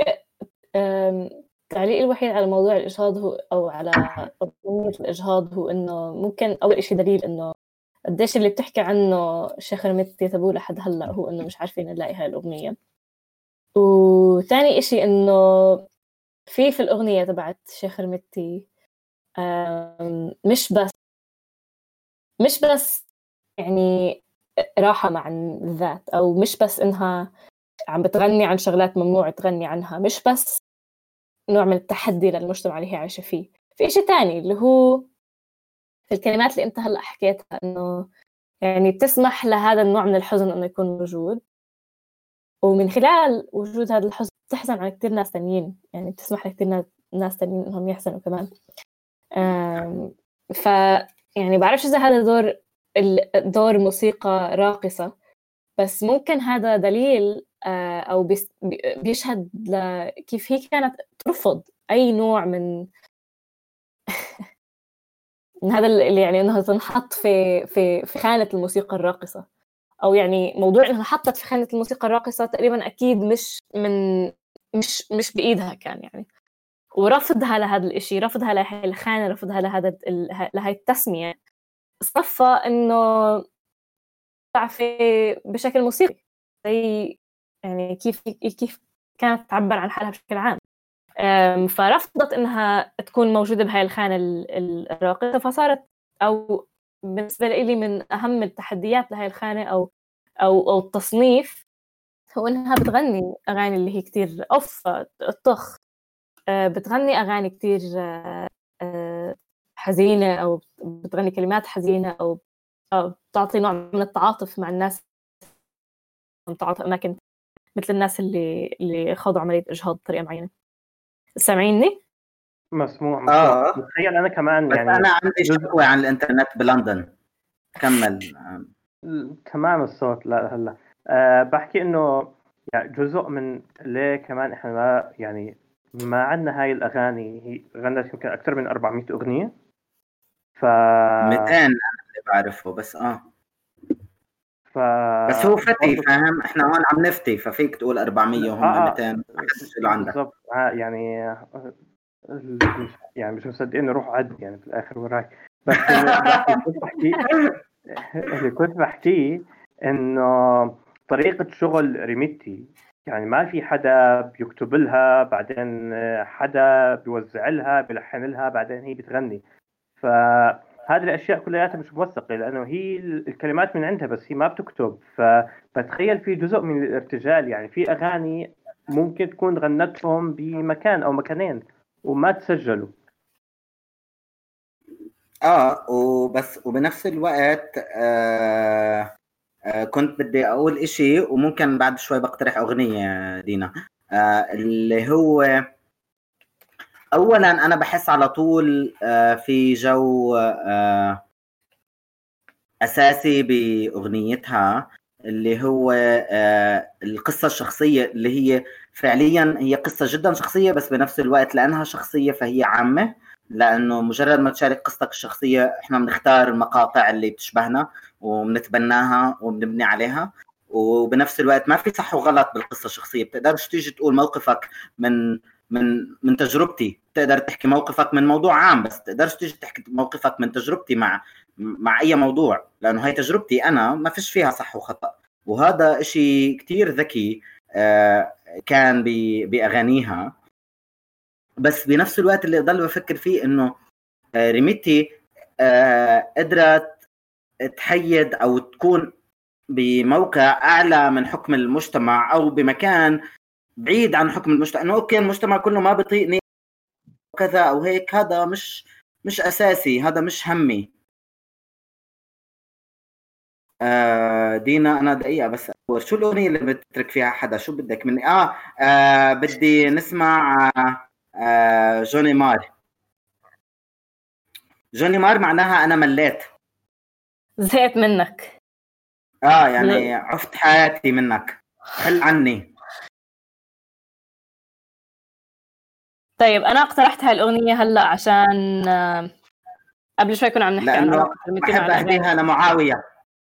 تعليقي الوحيد على موضوع الإجهاض هو أو على قضية الإجهاض هو إنه ممكن أول إشي دليل إنه قديش اللي بتحكي عنه الشيخ رميتي تبوه لحد هلا هو إنه مش عارفين نلاقي هاي الأغنية. وثاني إشي إنه في الأغنية تبعت الشيخ رميتي مش بس يعني راحة مع الذات، أو مش بس إنها عم بتغني عن شغلات ممنوع تغني عنها، مش بس نوع من التحدي للمجتمع اللي هي عايشة فيه. في إشي تاني اللي هو في الكلمات اللي أنت هلأ حكيتها، إنه يعني بتسمح لهذا النوع من الحزن إنه يكون موجود، ومن خلال وجود هذا الحزن بتحزن على كتير ناس تانيين، يعني بتسمح لكتير ناس تانيين إنهم يحزنوا كمان. يعني بعرفش إذا هذا دور موسيقى راقصة، بس ممكن هذا دليل أو بيشهد كيف هي كانت ترفض أي نوع من هذا اللي يعني إنها تنحط في خانة الموسيقى الراقصة، أو يعني موضوع إنها حطت في خانة الموسيقى الراقصة تقريبا أكيد مش بإيدها كان يعني. ورفضها لهذا الإشي، رفضها لهي الخانة، رفضها لهاي التسمية، صفى إنه تعرفي بشكل موسيقي زي يعني كيف كانت تعبر عن حالها بشكل عام. فرفضت إنها تكون موجودة بهاي الخانة الراقصة، فصارت أو بالنسبة لي من أهم التحديات لهاي الخانة أو التصنيف هو إنها بتغني أغاني اللي هي كتير الطخ، بتغني أغاني كتير حزينة، أو بتغني كلمات حزينة، أو بتعطي نوع من التعاطف مع الناس، تعاطف أماكن مثل الناس اللي خاضوا عملية إجهاض بطريقة معينة. سامعيني؟ مسموع. تخيل أنا كمان يعني أنا عندي شكوى عن الإنترنت بلندن. كمل. تمام الصوت. لا هلا بحكي إنه يعني جزء من ليه كمان إحنا ما عندنا هاي الأغاني. هي غنت يمكن أكثر من 400 أغنية ف 200 انا اللي بعرفه بس ف بس هو فتي برضو فاهم، احنا هون عم نفتي، ففيك تقول 400 وهم 200 ما بحسش له عندك. بالضبط يعني يعني مش مصدقين نروح عد يعني في الاخر وراك. بس اللي كنت بحكيه انه طريقة شغل ريميتي يعني ما في حدا بيكتب لها بعدين حدا بيوزع لها بيلحن لها بعدين هي بتغني. فهذه الاشياء كلها مش موثقه لانه هي الكلمات من عندها بس هي ما بتكتب. فبتخيل في جزء من الارتجال، يعني في اغاني ممكن تكون غنتهم بمكان او مكانين وما تسجلوا. وبس وبنفس الوقت كنت بدي اقول اشي وممكن بعد شوي بقترح اغنية دينا. اللي هو اولا انا بحس على طول في جو اساسي باغنيتها اللي هو القصة الشخصية اللي هي فعليا هي قصة جدا شخصية، بس بنفس الوقت لانها شخصية فهي عامة، لانه مجرد ما تشارك قصتك الشخصية احنا بنختار المقاطع اللي بتشبهنا وبنتبناها وبنبني عليها. وبنفس الوقت ما في صح وغلط بالقصة الشخصية، بتقدرش تيجي تقول موقفك من تجربتي، تقدر تحكي موقفك من موضوع عام، بس تقدرش تيجي تحكي موقفك من تجربتي مع اي موضوع، لانه هاي تجربتي انا ما فيش فيها صح وخطأ. وهذا اشي كتير ذكي كان باغانيها. بس بنفس الوقت اللي ضل بفكر فيه انه ريميتي قدرت تحيد او تكون بموقع اعلى من حكم المجتمع او بمكان بعيد عن حكم المجتمع، انه اوكي المجتمع كله ما بيطيقني وكذا او هيك، هذا مش اساسي، هذا مش همي. دينا انا دقيقه بس شو الاغنيه اللي بتترك فيها حدا؟ شو بدك مني؟ بدي نسمع جوني مار. جوني مار معناها انا مليت، زهقت منك. يعني عفت حياتي منك، خل عني. طيب انا اقترحت هالاغنيه هلا عشان قبل شوي كنا عم نحكي عن لانه بحب اهديها لمعاويه.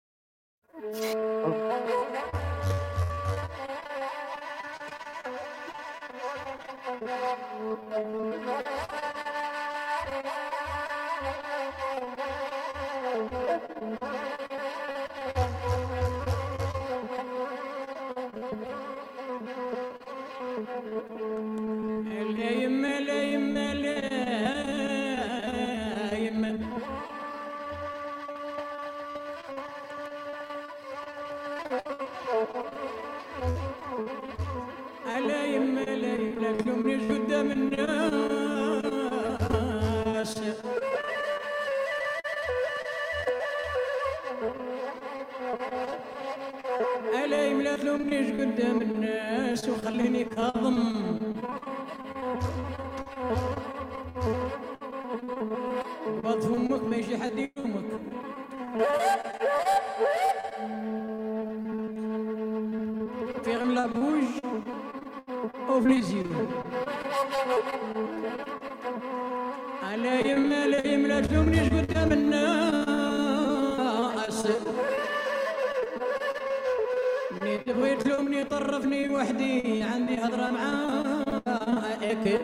لا تلومنيش قدام الناس وخليني كاظم، بط فمك ما يجي حد يلومك. في غملا بوج وفي ليزيو على يما لا يما لا تلومنيش قدام الناس، مني تبغي تلومني طرفني وحدي عندي هضرة معاك.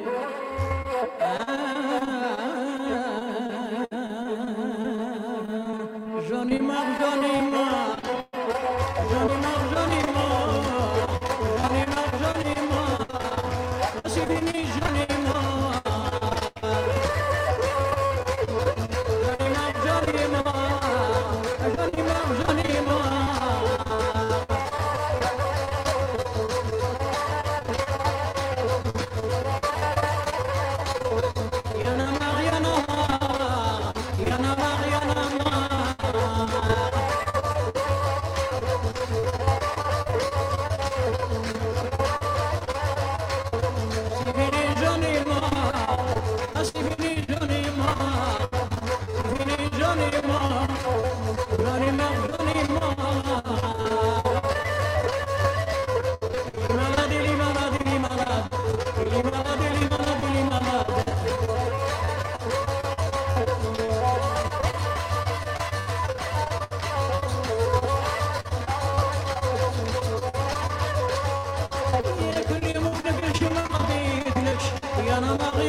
جوني مار جوني مار جوني مار جوني مار جوني مار جوني مار سيبيني جوني مار جوني مار جوني مار جوني مار جوني مار.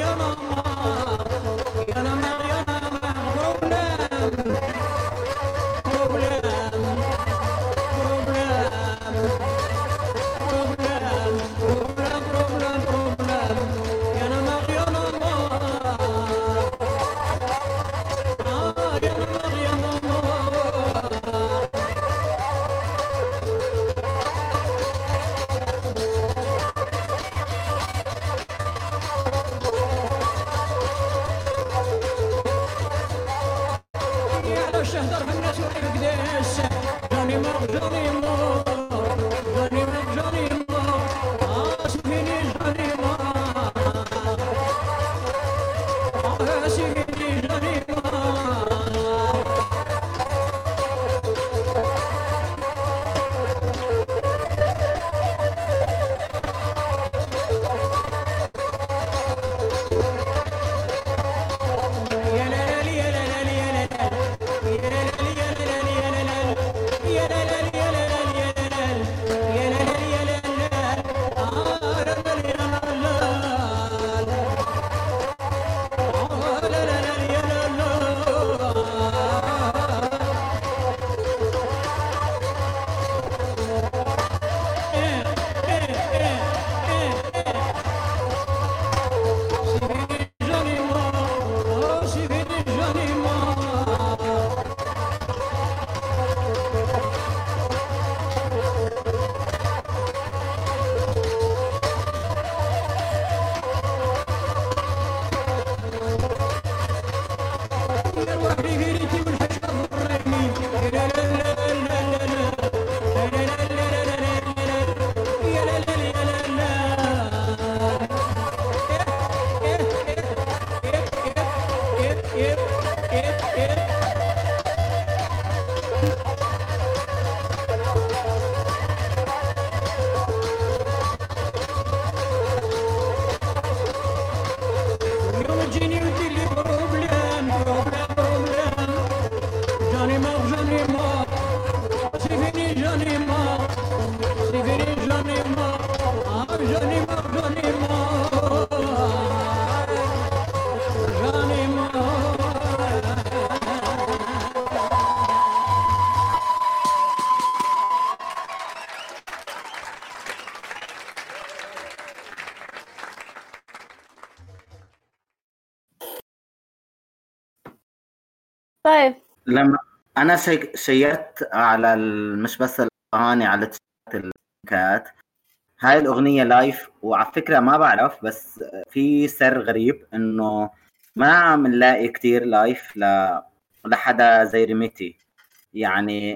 طيب لما انا شيرت على مش بس الاغاني على الكات هاي الاغنيه لايف، وعلى فكره ما بعرف بس في سر غريب انه ما عم نلاقي كتير لايف لحدا زي ريميتي، يعني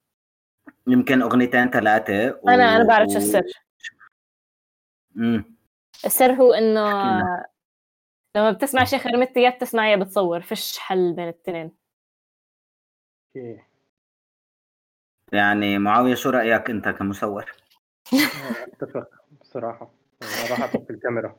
يمكن اغنيتين ثلاثه انا بعرف شو السر. السر هو انه لما بتسمع شيخ رمتي يا بتسمع يا بتصور، فيش حل بين الاثنين. يعني معاوية شو رأيك أنت كمصور؟ اتفق بصراحة، راح أطفي الكاميرا.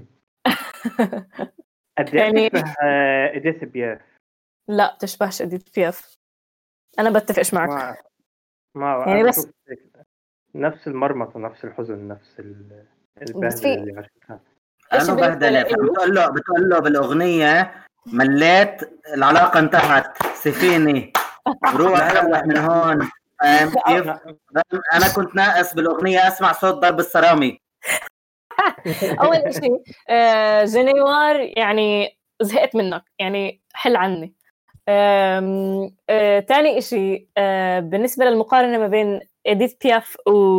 يعني تشبه إديث بياف. لا تشبهش إديث بياف، أنا بتفقش معك. ما يعني بس نفس المرمط ونفس الحزن، نفس البهدلة اللي عشتها. أنا بهدلة، بتقول له بالأغنية مليت العلاقة انتهت سفيني روح من هون. كيف؟ أنا كنت ناقص بالأغنية أسمع صوت ضرب السرامي. أول شيء جنيوار يعني زهقت منك، يعني حل عني. تاني إشي بالنسبة للمقارنة ما بين إديث بياف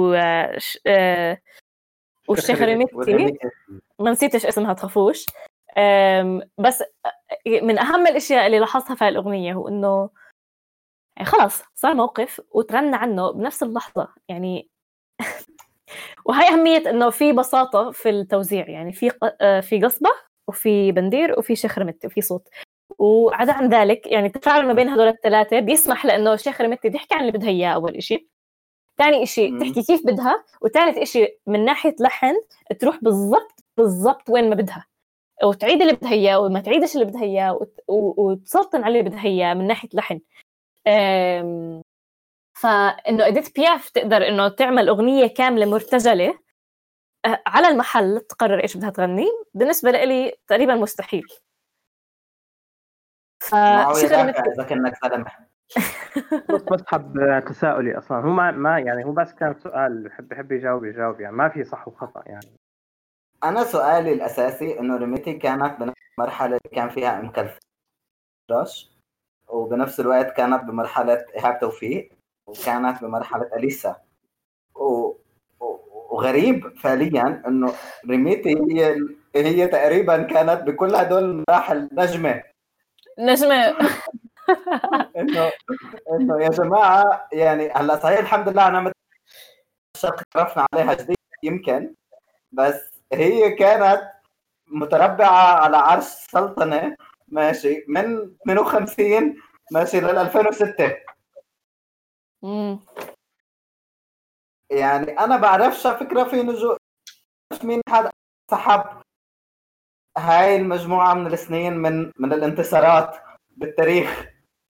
والشيخ ريميتي، ما نسيتش اسمها تخافوش. بس من أهم الأشياء اللي لاحظتها في الأغنية هو إنه يعني خلاص صار موقف وترنى عنه بنفس اللحظة يعني. وهي أهمية إنه في بساطة في التوزيع، يعني في قصبة وفي بندير وفي شيخ ريميتي وفي صوت. وعدا عن ذلك يعني التفاعل ما بين هذول الثلاثة بيسمح لأنه الشيخ ريميتي تحكي عن اللي بدها إياه أول إشي، ثاني إشي تحكي كيف بدها، وثالث إشي من ناحية لحن تروح بالضبط وين ما بدها، وتعيد اللي بدها إياه وما تعيدش اللي بدها إياه وتسلطن على اللي بدها إياه من ناحية لحن. فإنه إديث بياف تقدر إنه تعمل أغنية كاملة مرتجلة على المحل تقرر إيش بدها تغني، بالنسبة لي تقريبا مستحيل. معاوية دافع إذا كأنك زلمة. بس بسحب تساؤلي اصلا، هو ما يعني هو بس كان سؤال بحب يجاوب يعني ما في صح وخطا يعني. أنا سؤالي الأساسي إنه ريميتي كانت بنفس المرحلة اللي كان فيها أم كلثوم، وبنفس الوقت كانت بمرحلة إيهاب توفيق، وكانت بمرحلة أليسا، وغريب فعليا إنه ريميتي هي تقريبا كانت بكل هدول المراحل نجمة. إنه يا جماعة يعني هلا صحيح الحمد لله أنا تعرفنا عليها جديد يمكن، بس هي كانت متربعة على عرش سلطنة ماشي من 52 ماشي لل 2006. يعني أنا بعرفش فكرة في نجوم مين حدا سحب هاي المجموعة من السنين من الانتصارات بالتاريخ.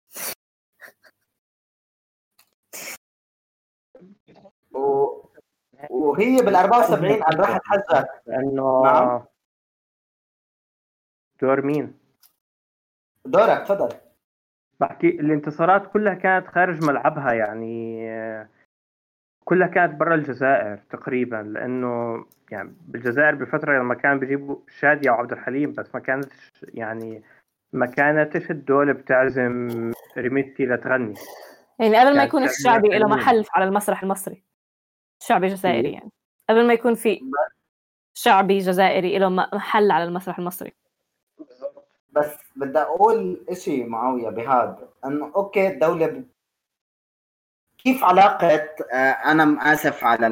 وهي بال 74 أنا راح أتحجج لأنه نعم. دور مين؟ دورك تفضل. بحكي الانتصارات كلها كانت خارج ملعبها، يعني كلها كانت برا الجزائر تقريبا، لأنه يعني بالجزائر بفترة لما كانوا بيجيبوا شادية وعبد الحليم بس ما كانتش الدولة بتعزم ريميتي لتغني. يعني قبل ما يكون الشعبي له محل على المسرح المصري، شعبي جزائري يعني قبل ما يكون في شعبي جزائري له محل على المسرح المصري. بس بدي أقول إشي معاوية بهذا إنه أوكي الدولة كيف علاقة أنا آسف على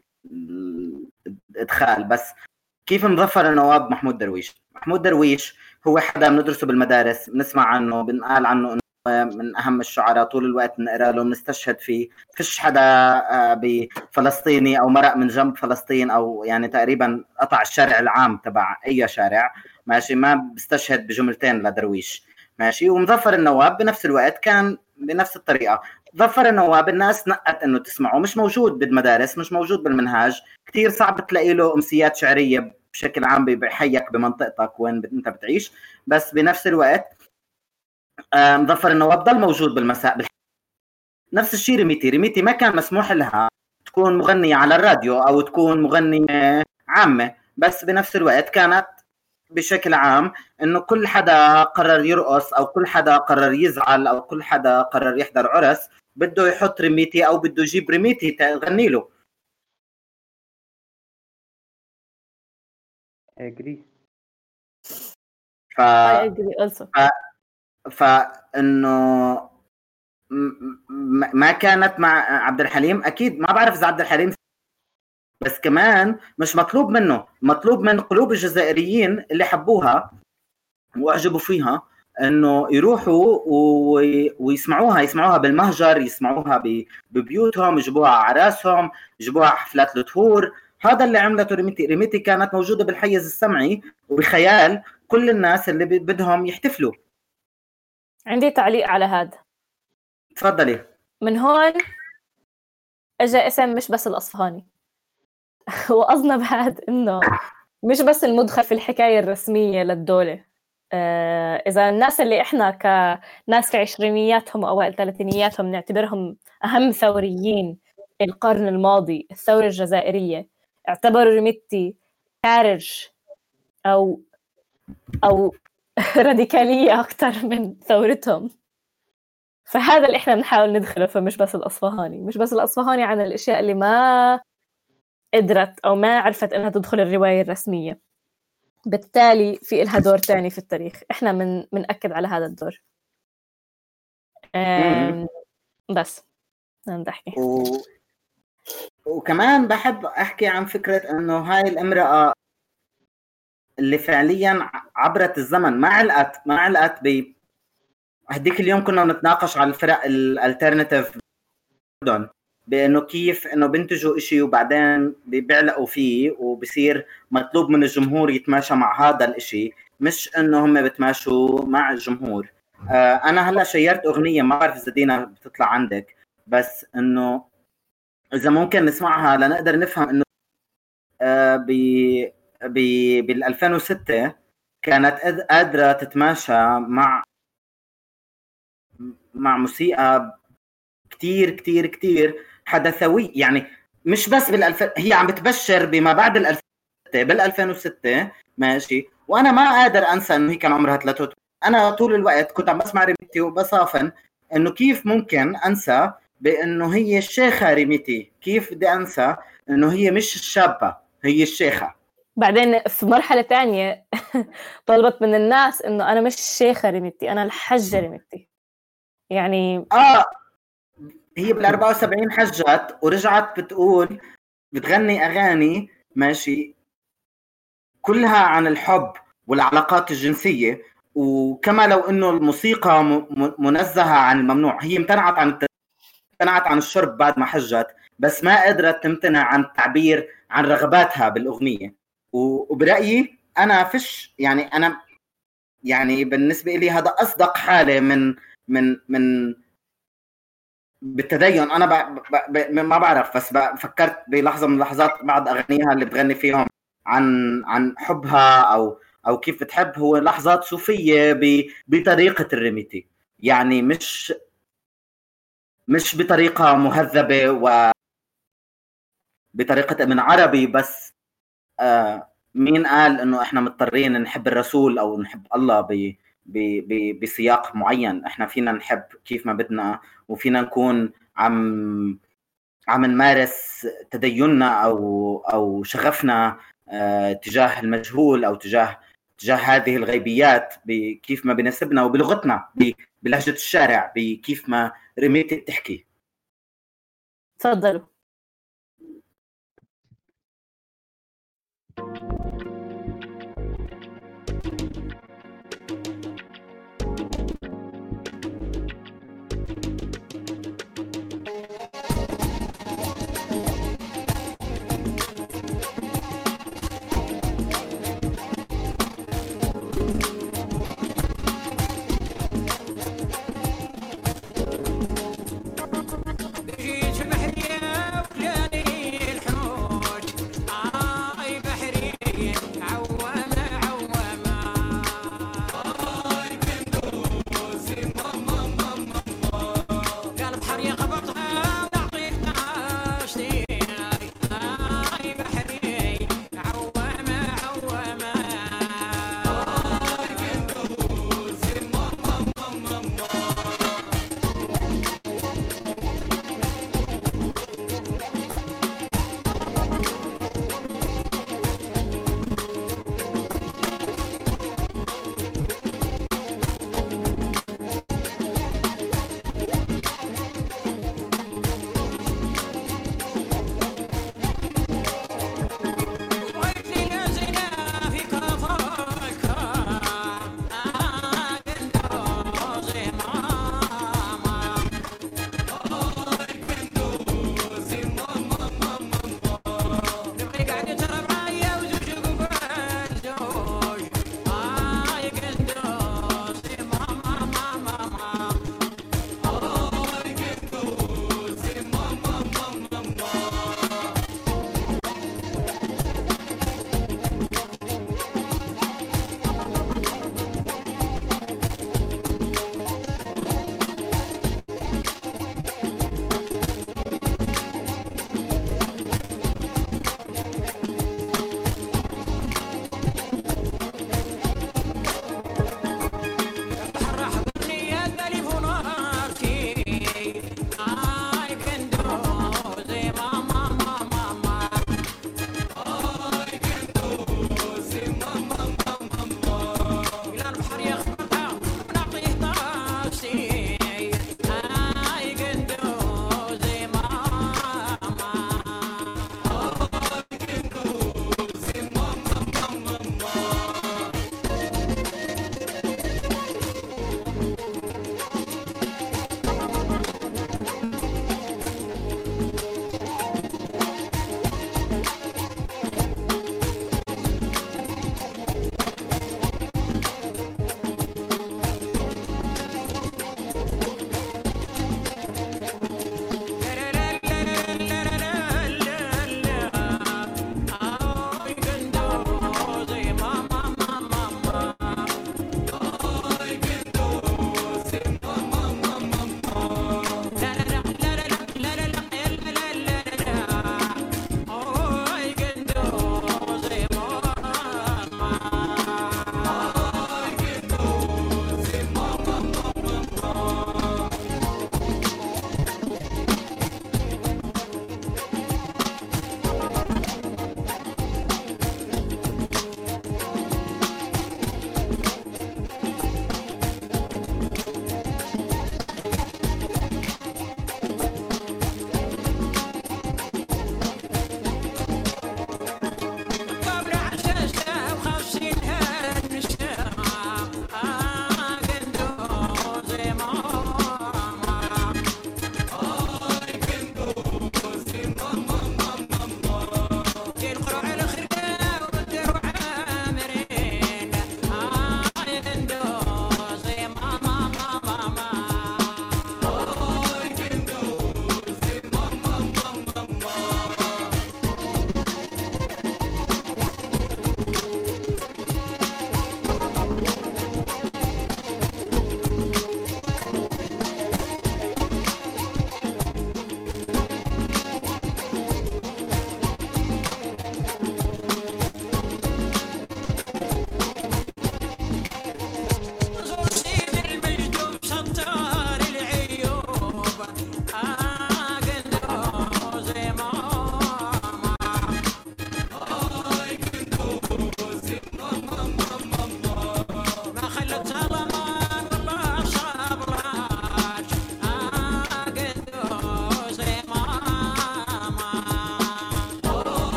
الإدخال، بس كيف مظفر النواب محمود درويش هو حدا بندرسه بالمدارس، بنسمع عنه، بنقال عنه إنه من أهم الشعراء، طول الوقت نقرأ له بنستشهد فيه. فيش حدا بفلسطيني أو مرق من جنب فلسطين أو يعني تقريبا قطع الشارع العام تبع أي شارع ماشي ما بستشهد بجملتين لدرويش ماشي. ومظفر النواب بنفس الوقت كان بنفس الطريقة. ظفر النواب الناس نقت انه تسمعه، مش موجود بالمدارس، مش موجود بالمنهاج، كتير صعب تلاقي له امسيات شعريه بشكل عام بحيك بمنطقتك وين انت بتعيش. بس بنفس الوقت ظفر النواب ضل موجود بالمساء نفس الشيء ريميتي ما كان مسموح لها تكون مغنيه على الراديو او تكون مغنيه عامه، بس بنفس الوقت كانت بشكل عام انه كل حدا قرر يرقص او كل حدا قرر يزعل او كل حدا قرر يحضر عرس بده يحط ريميتي او بده يجيب ريميتي تغني له. agree. فانه ما كانت مع عبد الحليم، اكيد ما بعرف اذا عبد الحليم، بس كمان مش مطلوب منه، مطلوب من قلوب الجزائريين اللي حبوها واعجبوا فيها انه يروحوا ويسمعوها بالمهجر، يسمعوها ببيوتهم، يجيبوها على عراسهم، يجيبوها على حفلات الطهور. هذا اللي عملته ريميتي كانت موجوده بالحيز السمعي وبخيال كل الناس اللي بدهم يحتفلوا. عندي تعليق على هذا. تفضلي. من هون اجى اسم مش بس الأصفهاني وقصدنا بهذا انه مش بس المدخل في الحكايه الرسميه للدوله. إذا الناس اللي إحنا كناس في عشرينياتهم وأوائل ثلاثينياتهم نعتبرهم أهم ثوريين القرن الماضي، الثورة الجزائرية، اعتبروا ريميتي خارج أو راديكالية أكتر من ثورتهم، فهذا اللي إحنا بنحاول ندخله. فمش بس الأصفهاني عن الأشياء اللي ما قدرت أو ما عرفت إنها تدخل الرواية الرسمية، بالتالي في إلها دور تاني في التاريخ. إحنا منأكد على هذا الدور. بس أنا بدي أحكي. وكمان بحب أحكي عن فكرة إنه هاي الامرأة اللي فعليا عبرت الزمن، ما علقت هديك اليوم كنا نتناقش على الفرق الالترناتيف بانه كيف انه بنتجوا اشي وبعدين بيعلقوا فيه وبصير مطلوب من الجمهور يتماشى مع هذا الاشي، مش انه هم بتماشوا مع الجمهور. انا هلا شيرت اغنيه ما بعرف اذا دينا بتطلع عندك، بس انه اذا ممكن نسمعها لنقدر نفهم انه بال 2006 كانت قادرة تتماشى مع موسيقى كتير كتير كتير حدثوي، يعني مش بس هي عم بتبشر بما بعد بال 2006 ماشي. وانا ما قادر انسى انه هي كان عمرها 3. انا طول الوقت كنت عم بسمع ريميتي وبصافن انه كيف ممكن انسى بانه هي الشيخة ريميتي، كيف بدي انسى انه هي مش الشابة، هي الشيخة. بعدين في مرحلة تانية طلبت من الناس انه انا مش الشيخة ريميتي، انا الحجة ريميتي. يعني هي بال 74 حجت ورجعت بتقول بتغني اغاني ماشي كلها عن الحب والعلاقات الجنسية، وكما لو انه الموسيقى منزهة عن الممنوع. هي امتنعت عن الشرب بعد ما حجت، بس ما قدرت تمتنع عن التعبير عن رغباتها بالأغنية. وبرأيي أنا فيش أنا بالنسبة لي هذا أصدق حالة من بالتدين. أنا ما بعرف، بس فكرت بلحظة من اللحظات بعض أغانيها اللي بتغني فيهم عن حبها أو كيف بتحب، هو لحظات صوفية بطريقة الريميتي، يعني مش بطريقة مهذبة وبطريقة من عربي بس. مين قال انه احنا مضطرين نحب الرسول او نحب الله بسياق معين؟ احنا فينا نحب كيف ما بدنا، وفينا نكون عم نمارس تديننا او شغفنا تجاه المجهول او تجاه هذه الغيبيات بكيف ما بناسبنا وبلغتنا بلهجة الشارع بكيف ما ريميتي بتحكي. تفضلوا. جيت بحرية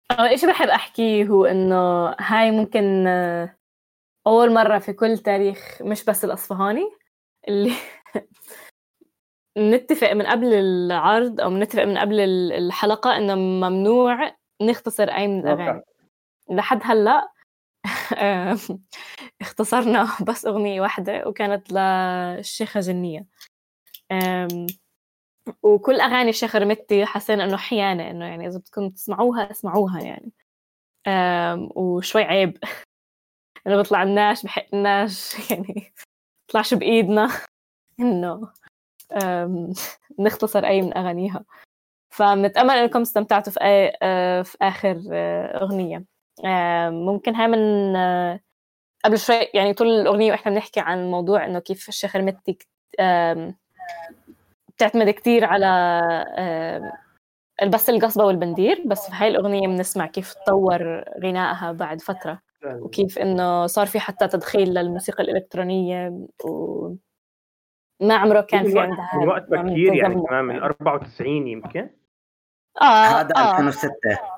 إيش بحب أحكيه هو إنه هاي ممكن أول مرة في كل تاريخ مش بس الأصفهاني اللي نتفق من قبل العرض أو نتفق من قبل الحلقة إنه ممنوع نختصر أي من الأغاني. لحد هلأ اختصرنا بس أغنية واحدة وكانت للشيخة جنية. وكل أغاني الشيخ رمتي حسينا إنه حيانة، إنه يعني إذا بدكم تسمعوها اسمعوها يعني. وشوي عيب إنه بطلع الناش بحقناش يعني طلعش بإيدنا إنه نختصر أي من أغانيها. فبنتأمل إنكم استمتعتوا في آخر أغنية. ممكن هاي من قبل شوي يعني طول الأغنية وإحنا بنحكي عن موضوع إنه كيف الشيخ رمتي بتعتمد كتير على بس القصبة والبندير، بس في هاي الأغنية بنسمع كيف تطور غنائها بعد فترة، وكيف إنه صار في حتى تدخيل للموسيقى الإلكترونية وما عمره كان في عندها من وقت بكير يعني كمان من 94 يمكن. هذا 2006.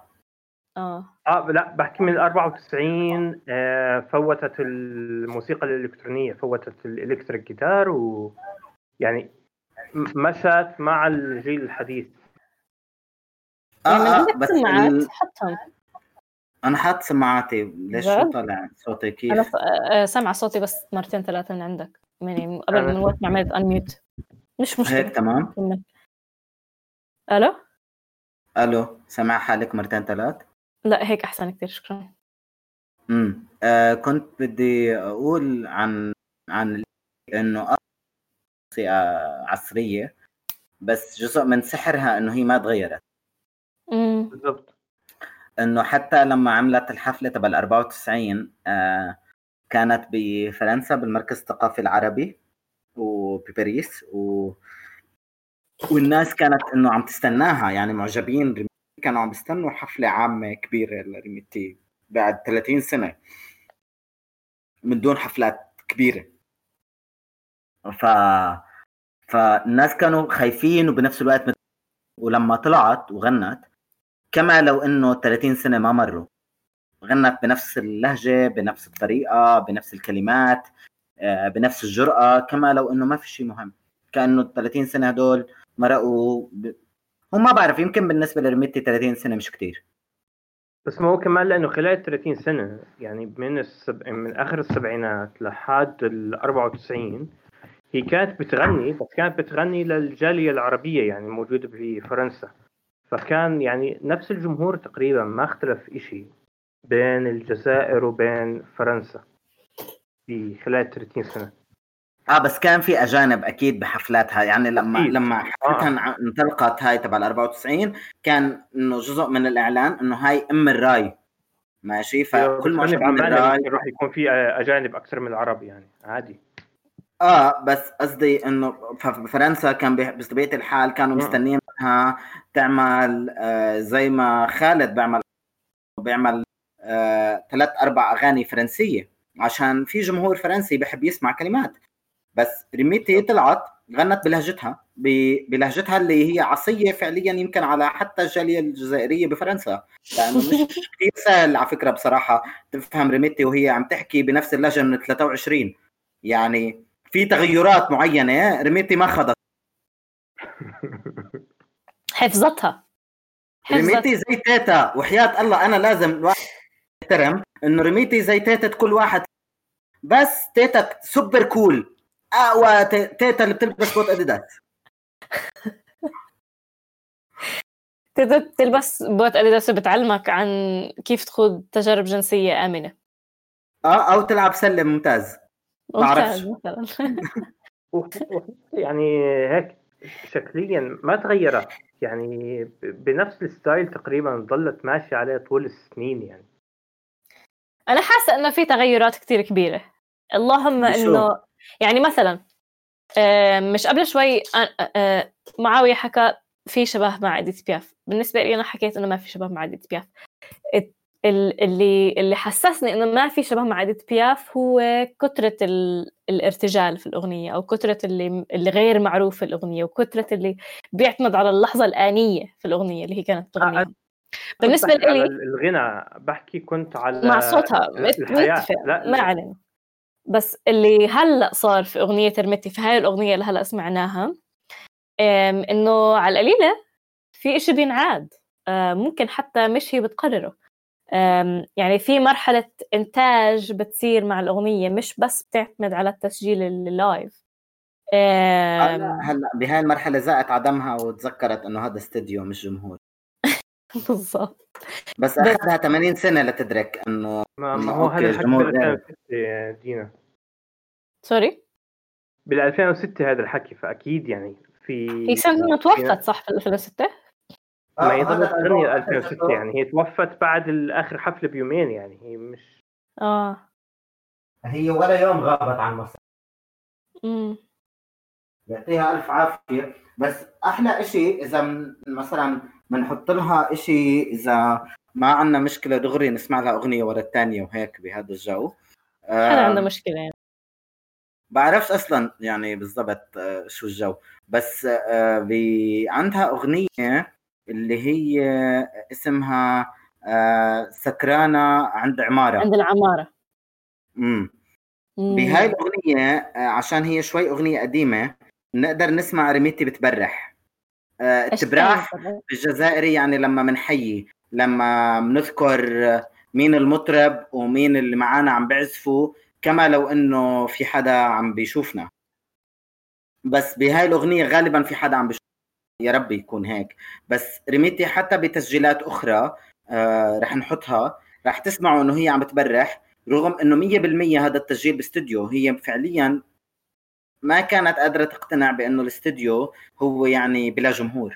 لا بحكي من 94. فوتت الموسيقى الإلكترونية، فوتت الإلكتريك جيتار، ويعني مشت مع الجيل الحديث. بس حطهم. أنا حاط سماعاتي. ليش شو طالع صوتي كيف؟ أنا سمع صوتي بس مرتين ثلاثة من عندك يعني قبل من وقت ما عملت أنميوت. مش مشكلة هيك تمام. ألو سمع حالك مرتين ثلاث؟ لا هيك أحسن كتير، شكرا. كنت بدي أقول عن إنه موسيقى عصرية، بس جزء من سحرها إنه هي ما تغيرت. بالضبط. إنه حتى لما عملت الحفلة تبع 94 كانت بفرنسا بالمركز الثقافي العربي وبباريس والناس كانت إنه عم تستناها، يعني معجبين كانوا عم بيستنوا حفلة عامة كبيرة لريميتي بعد 30 سنة من دون حفلات كبيرة. فالناس كانوا خايفين وبنفس الوقت ولما طلعت وغنت كما لو إنه 30 سنة ما مروا، غنت بنفس اللهجة بنفس الطريقة بنفس الكلمات بنفس الجرأة، كما لو إنه ما في شيء مهم، كأنه 30 سنة هدول مرقوا هم ما بعرف، يمكن بالنسبة لرميتي 30 سنة مش كتير، بس ما هو كمان لأنه خلال 30 سنة يعني من آخر السبعينات لحد 94 هي كانت بتغني، بس كانت بتغني للجالية العربية يعني موجودة بفرنسا. فكان يعني نفس الجمهور تقريبا، ما اختلف إشي بين الجزائر وبين فرنسا في خلال 30 سنة. بس كان في أجانب أكيد بحفلاتها، يعني لما حفلتها انطلقت هاي تبع 94 كان إنه جزء من الإعلان إنه هاي أم الراي ماشي، فكل ما ممكن راح يكون في أجانب أكثر من العرب يعني عادي. بس قصدي إنه فرنسا كان بطبيعة الحال كانوا مستنين منها تعمل زي ما خالد بيعمل 3-4 أغاني فرنسية عشان في جمهور فرنسي بيحب يسمع كلمات. بس ريميتي طلعت غنت بلهجتها اللي هي عصية فعليا يمكن على حتى الجالية الجزائرية بفرنسا، لأنه مش كثير سهل على فكرة بصراحة تفهم ريميتي وهي عم تحكي بنفس اللهجة من 23. يعني في تغيرات معينة ريميتي ما خضت. حفظتها. ريميتي زي تيتا، وحياة الله أنا لازم احترم إنه ريميتي زي تيتا كل واحد، بس تيتا سوبر كول أقوى تيتا اللي بتلبس بوت أديداس. تيتا بتلبس بوت أديداس بتعلمك عن كيف تخوض تجارب جنسية آمنة. أو تلعب سلة ممتاز. بعرفش مثلا. يعني هيك شكليا ما تغيرت، يعني بنفس الستايل تقريبا ظلت ماشية عليه طول السنين. يعني أنا حاسة إنه في تغيرات كتير كبيرة، اللهم إنه يعني مثلا مش قبل شوي معاوية حكى في شبه مع إديث بياف. بالنسبة لي أنا حكيت إنه ما في شبه مع إديث بياف. اللي حسسني إنه ما في شبه مع إديث بياف هو كترة الارتجال في الأغنية، أو كترة اللي غير معروف في الأغنية، وكترة اللي بيعتمد على اللحظة الآنية في الأغنية اللي هي كانت تغنيها. بالنسبة بحكي على لي الغنى، بحكي كنت على مع صوتها الحياة. متفق، لا ما علينا. بس اللي هلأ صار في أغنية رمتي، في هاي الأغنية اللي هلأ سمعناها، إنه على القليلة في إشي بينعاد، ممكن حتى مش هي بتقرره. يعني في مرحلة إنتاج بتصير مع الأغنية، مش بس بتعتمد على التسجيل اللايف. هلا بهاي المرحله زقت عدمها وتذكرت انه هذا استديو مش جمهور. بالضبط. بس اخذها 80 سنه لتدرك انه ما هو هذا اوكي الحكي الجمهور بال غير. 2006 يا دينا، سوري، بال 2006 هذا الحكي، فأكيد يعني في هي سنة توفت صح في 2006. ما هي هذا ضلت تغني الألبوم 2006 يعني، هي توفت بعد آخر حفلة بيومين يعني، هي مش هي ولا يوم غابت عن مصر. امم يعطيها ألف عافية. بس أحلى إشي إذا مثلا بنحط لها إشي، إذا ما عنا مشكلة دغري نسمع لها أغنية ورا الثانية وهيك بهذا الجو. حدا عنده مشكلة يعني. بعرفش أصلا يعني بالضبط شو الجو. بس عندها أغنية اللي هي اسمها سكرانة عند عمارة. عند العمارة. بهاي الأغنية عشان هي شوي أغنية قديمة، نقدر نسمع رميتي بتبرح. التبراح بالجزائري يعني لما منحيي، لما بنذكر مين المطرب ومين اللي معانا عم بعزفوا، كما لو انه في حدا عم بيشوفنا. بس بهاي الأغنية غالبا في حدا عم بيشوفنا، يا رب يكون هيك. بس رميتي حتى بتسجيلات أخرى رح نحطها، رح تسمعوا انه هي عم بتبرح، رغم انه 100% هذا التسجيل باستوديو. هي فعليا ما كانت قادرة تقتنع بانه الاستوديو هو يعني بلا جمهور.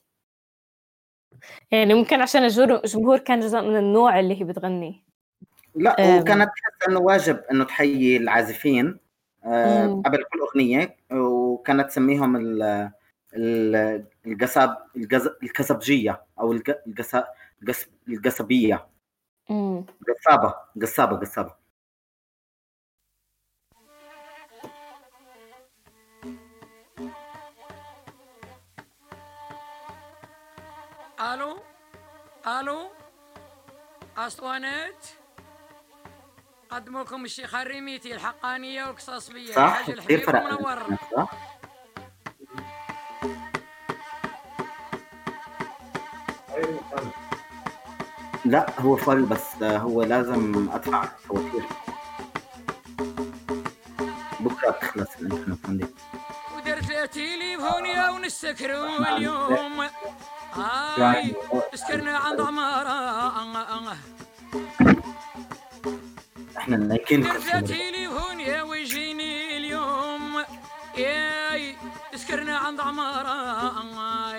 يعني ممكن عشان الجمهور كان جزء من النوع اللي هي بتغني. لا وكانت تحس انه واجب انه تحيي العازفين قبل كل اغنيه، وكانت تسميهم القصبجيه او القصبيه. قصابه. الو اسطوانات، قدموا لكم الشيخ الرميتي الحقانيه والقصاصبيه. صح كثير فرق منور. لا هو فل، بس هو لازم ادفع فواتير، بكره تخلص الانترنت عندي. ودرت له تليفونيا ونسكروا اليوم، سكرنا عند عمارة. احنا نايكين. درت له تليفونيا ويجيني اليوم، ياي سكرنا عند عمارة.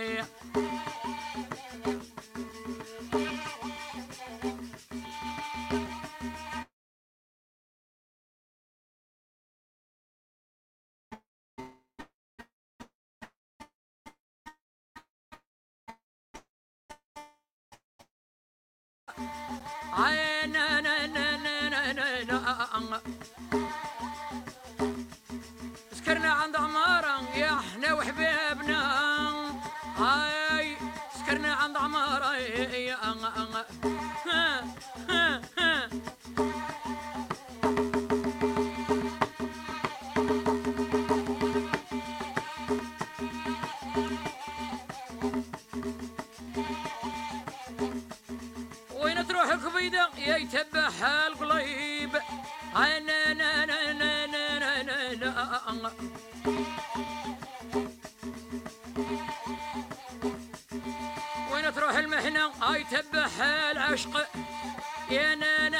سكرنا عند عمارة يا احنا وحبيبنا، هاي سكرنا عند عمارة يا وين تروح كبيدة يا يتبح القليب. وين تروح المحنة هاي تبح العشق يا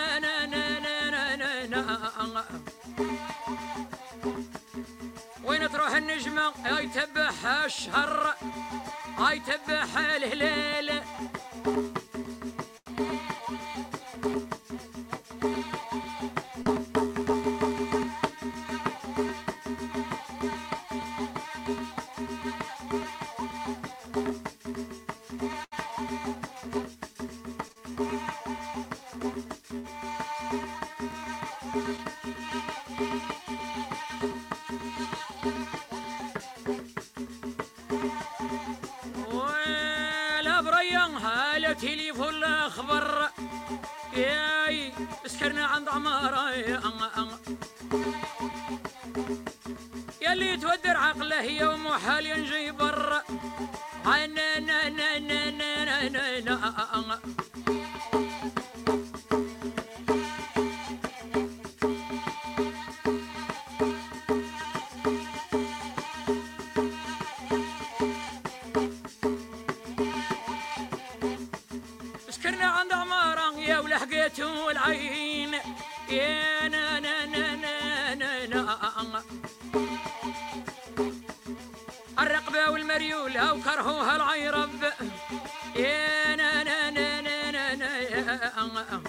وين تروح النجمة هاي تبح الشهر، هاي تبح الهلال. تليفون الأخبار ياي سكرنا عند عمارة يلي تودر عقله يوم وحال ينجي برا سكرنا عند عمارة يا ولحقته والعين يا نا نا نا نا نا نا الرقبة والمريولة وكرهوها العيرب يا نا نا نا نا نا نا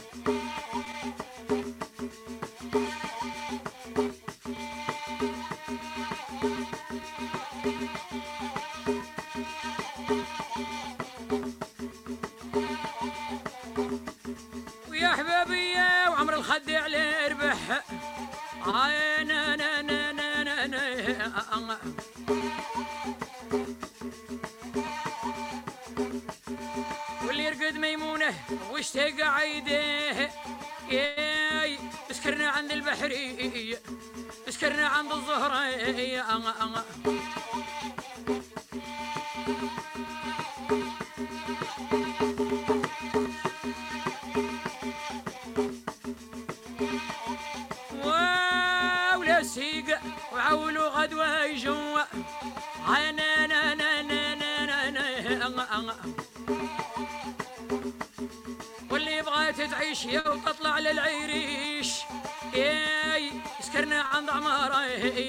ويا حبابي وعمر الخد عليه ربح نا نا نا نا نا نا واللي يرقد ميمونه واشتاق عيديه ياي سكرنا عند البحرية سكرنا عند الزهرية ولا سيق وعولوا غدوة يجوا نا نا نا نا نا نا واللي بغات تعيش يا وتطلع للعريش ياي سكرنا عند عمارة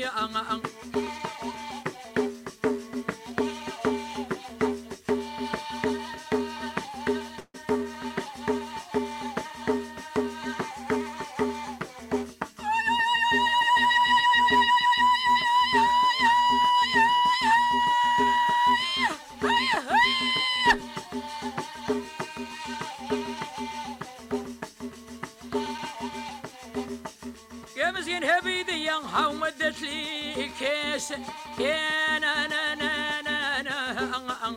يا مزيان هبيدي يا ومدت لي كيس يا نا نا نا نا نا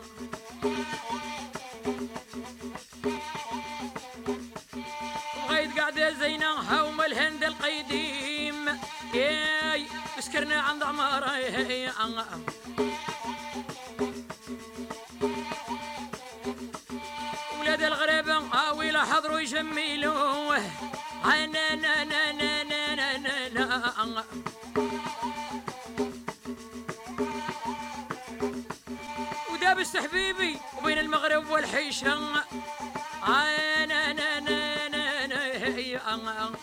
وغيد قاعدة زينة هوم الهند القديم ياي سكرنا عند عمارة ولاد الغريبة ويلا حضروا يجملوه نا نا نا نا نا نا نا ودابس حبيبي وبين المغرب والحيشة نا نا نا نا نا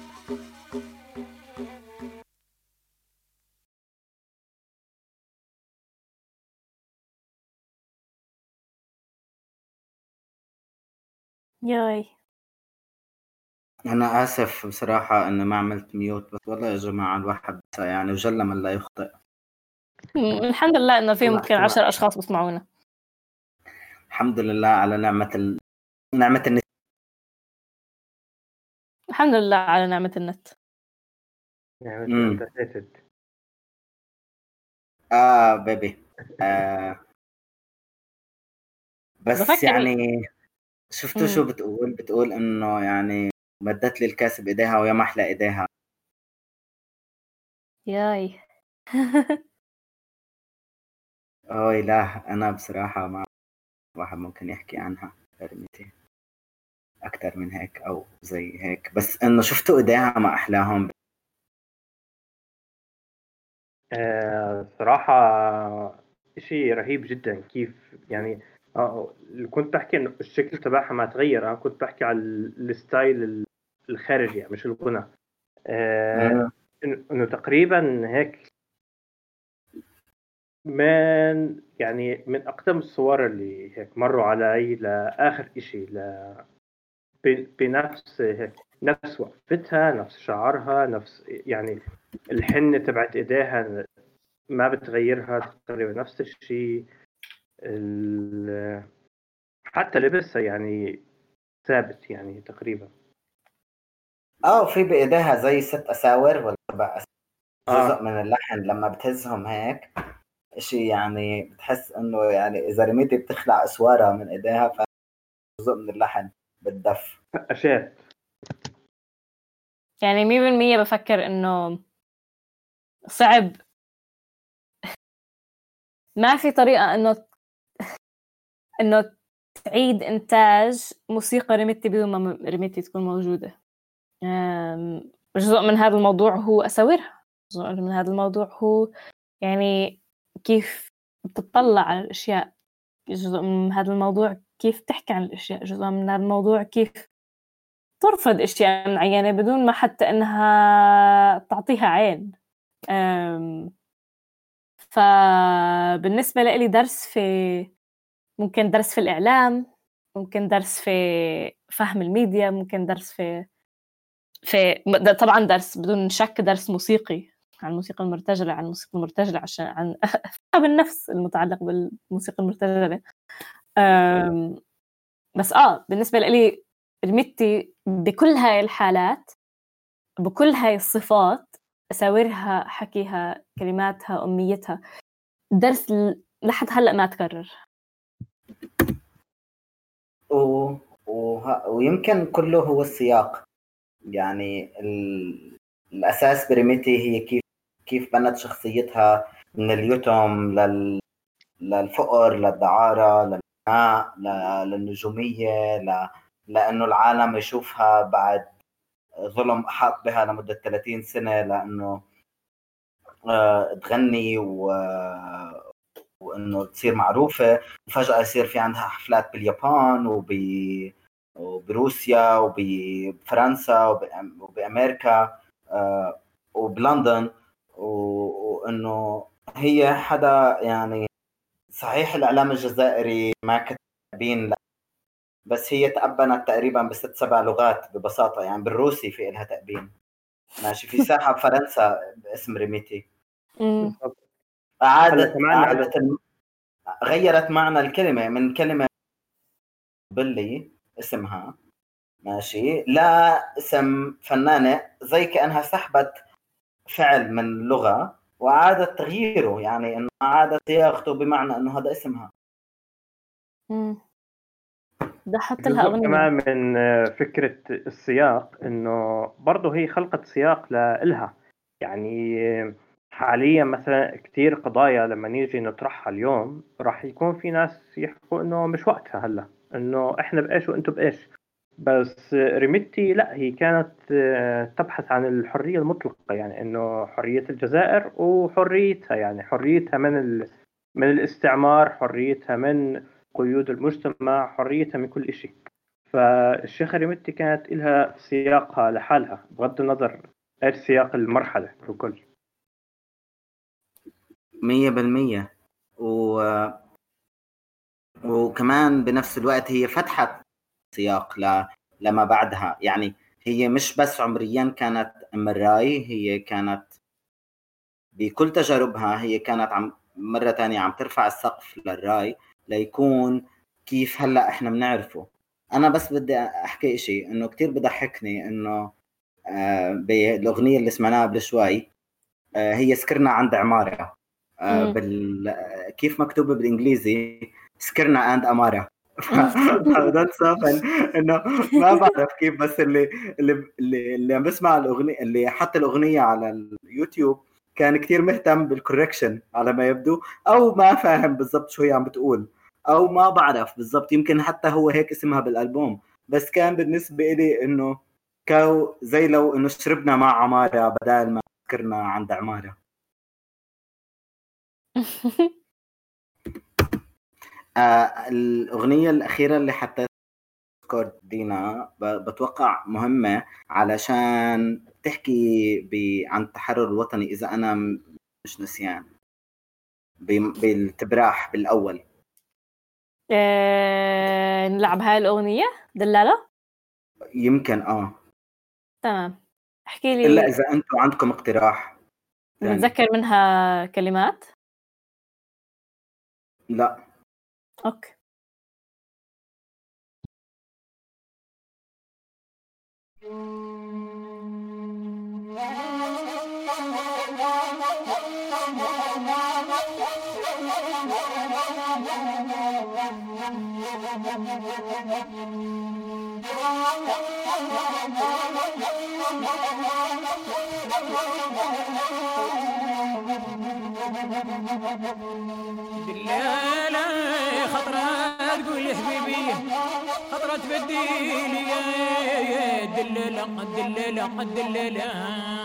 ياي أنا آسف بصراحة إني ما عملت ميوت، بس والله يا جماعة الواحد يعني وجل من لا يخطئ. الحمد لله إنه في الله ممكن احتمال. 10 أشخاص بيسمعونا. الحمد لله على نعمة النت. الحمد لله على نعمة النت. يعني مم. انت بيبي بس بفكر يعني شفتوا شو بتقول إنه يعني مدت لي الكاس بإيديها ويا محلى إيديها. ياي أوي لا، أنا بصراحة ما واحد ممكن يحكي عنها كلمتين أكتر من هيك أو زي هيك، بس إنه شفتوا إيديها ما أحلاهم. صراحة شيء رهيب جدا. كيف يعني كنت بحكي انه الشكل تبعها ما تغير. انا كنت بحكي على الستايل الخارجي يعني مش الغنى. انه تقريبا هيك من اقدم الصور اللي هيك مروا علي لاخر اشي بنفس هيك، نفس وقفتها، نفس شعرها، نفس يعني الحنة تبعت ايديها ما بتغيرها تقريبا نفس الشيء. حتى لبسها يعني ثابت يعني تقريبا. في بإيديها زي 6 أساور ولا 7 جزء من اللحن لما بتهزهم هيك شيء، يعني بتحس إنه يعني إذا رميتي بتخلع أسوارها من إيديها. جزء من اللحن بالدف. أشياء يعني 100% بفكر إنه صعب، ما في طريقة إنه تعيد إنتاج موسيقى ريميتي بدون ما ريميتي تكون موجودة. جزء من هذا الموضوع هو أساورها، جزء من هذا الموضوع هو يعني كيف تطلع على الأشياء، جزء من هذا الموضوع كيف تحكي عن الأشياء، جزء من هذا الموضوع كيف ترفض أشياء معينة بدون ما حتى إنها تعطيها عين. فبالنسبة لي درس ممكن درس في الإعلام، ممكن درس في فهم الميديا، ممكن درس طبعا درس بدون شك درس موسيقي عن الموسيقى المرتجلة، عشان عن فهم النفس المتعلق بالموسيقى المرتجلة. بس بالنسبة لي رميتي بكل هاي الحالات، بكل هاي الصفات، أساورها، حكيها، كلماتها، أمنيتها، درس لحد هلأ ما تكرر. ويمكن كله هو السياق. يعني الأساس بريميتي هي كيف بنت شخصيتها من اليتم للفقر، للدعارة، للغناء، للنجومية، لأنه العالم يشوفها بعد ظلم أحاط بها لمدة 30 سنة، لأنه تغني وإنه تصير معروفة، وفجأة يصير في عندها حفلات باليابان وبروسيا وبفرنسا وبأمريكا وبلندن، وإنه هي حدا يعني صحيح الإعلام الجزائري ما كتبين، بس هي تأبنت تقريبا ب6-7 لغات ببساطة. يعني بالروسي في إلها تأبين، ماشي، في ساحة بفرنسا باسم ريميتي. عادت غيرت معنى الكلمة من كلمة بلي اسمها، ماشي، لا اسم فنانة، زي كأنها سحبت فعل من لغة وعادت تغييره، يعني انه عادت صياغته بمعنى انه هذا اسمها. ده حتى لها أغنية كمان من فكرة السياق، انه برضه هي خلقت سياق لإلها. يعني حاليا مثلا كتير قضايا لما نيجي نطرحها اليوم راح يكون في ناس يحكوا انه مش وقتها هلا، انه احنا بايش وانتم بايش. بس ريميتي لا، هي كانت تبحث عن الحرية المطلقة، يعني انه حرية الجزائر وحريتها، يعني حريتها من الاستعمار، حريتها من قيود المجتمع، حريتها من كل شيء. فالشيخة ريميتي كانت لها سياقها لحالها بغض النظر ايش سياق المرحلة ككل. 100%. وكمان بنفس الوقت هي فتحت سياق لما بعدها. يعني هي مش بس عمريا كانت أم الراي، هي كانت بكل تجاربها هي كانت مرة تانية عم ترفع السقف للراي ليكون كيف هلأ احنا بنعرفه. أنا بس بدي أحكي إشي إنه كتير بضحكني إنه بالأغنية اللي سمعناها قبل شوي هي سكرنا عند عمارة، كيف مكتوبة بالإنجليزي سكرنا عند أمارة. فده سافل إنه ما بعرف كيف، بس اللي عم بسمع الأغنية، اللي حط الأغنية على اليوتيوب كان كتير مهتم بالكوركشن على ما يبدو، أو ما فاهم بالضبط شو هي عم بتقول، أو ما بعرف بالضبط، يمكن حتى هو هيك اسمها بالألبوم. بس كان بالنسبة لي إنه كاو زي لو إنه شربنا مع عمارة بدل ما سكرنا عند عمارة. الأغنية الأخيرة اللي حطيت سكور دينا بتوقع مهمة علشان تحكي عن التحرر الوطني، إذا أنا مش نسيان، بالتبراح بالأول. نلعب هاي الأغنية دلالة؟ يمكن تمام، احكي لي. إلا إذا أنتم عندكم اقتراح نتذكر منها كلمات؟ لا. أوكي. دلالة خطرة تقول يا حبيبي خطرة تبديلي يا دلالة دلالة دلالة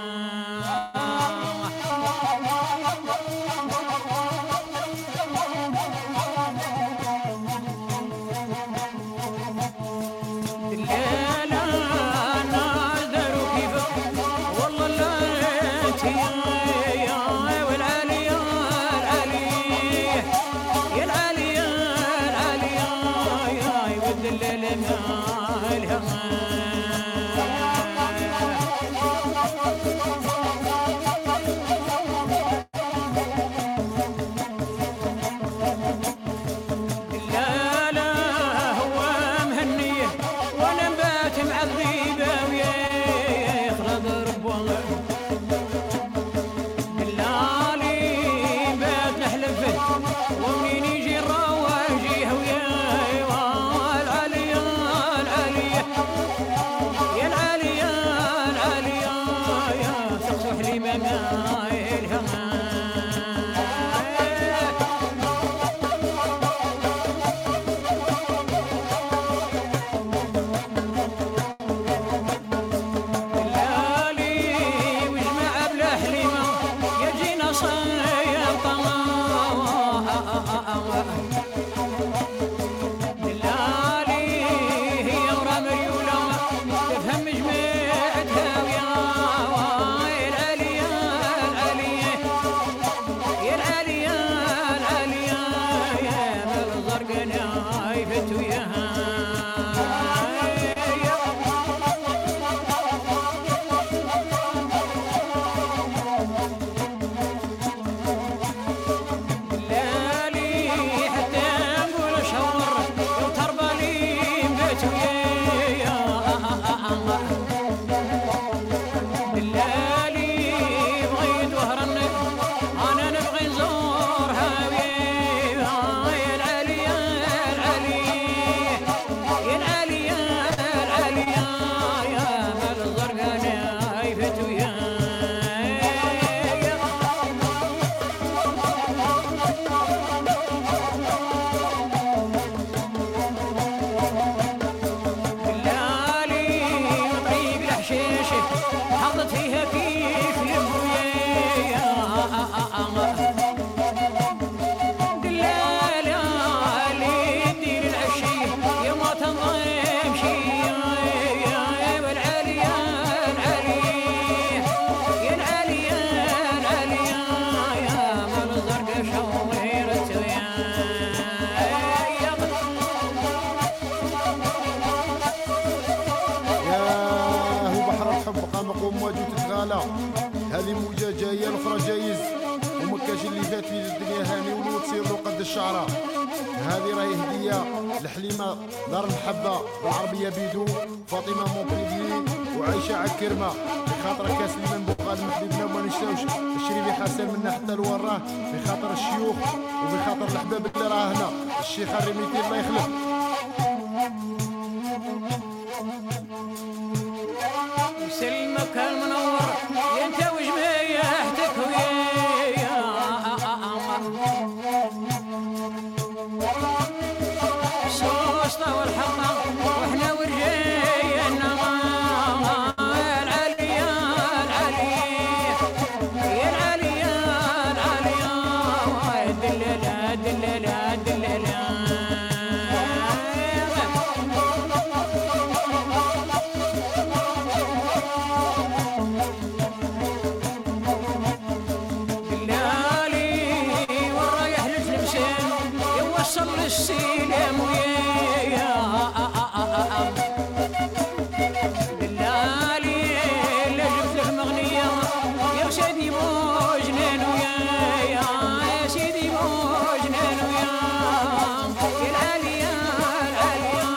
هذه موجة جاية الأخرى جايز ومكاش اللي فات في الدنيا هاني ولو تصير له قد الشعرة. هذه راهي هدية لحليمة دار المحبة بالعربية بيدو فاطمة مونبليفي وعيشة عكرمة بخاطر كاس من بوقاد محبيبنا وما نشتاوش الشريفي حسن منا حتى لوراه بخاطر الشيوخ وبخاطر الأحباب اللي راه هنا الشيخ الرميتي الله يخلف. سلمك المنور انت وجميعتك ويا السوسطة والحقة واحنا ورجينا العلي العلي يا العلي العلي دللا دللا دللا وصل السلام ويا دلالي اللي جبت له مغنية يا سيدي موجنان ويا يا سيدي موجنان ويا العالية العالية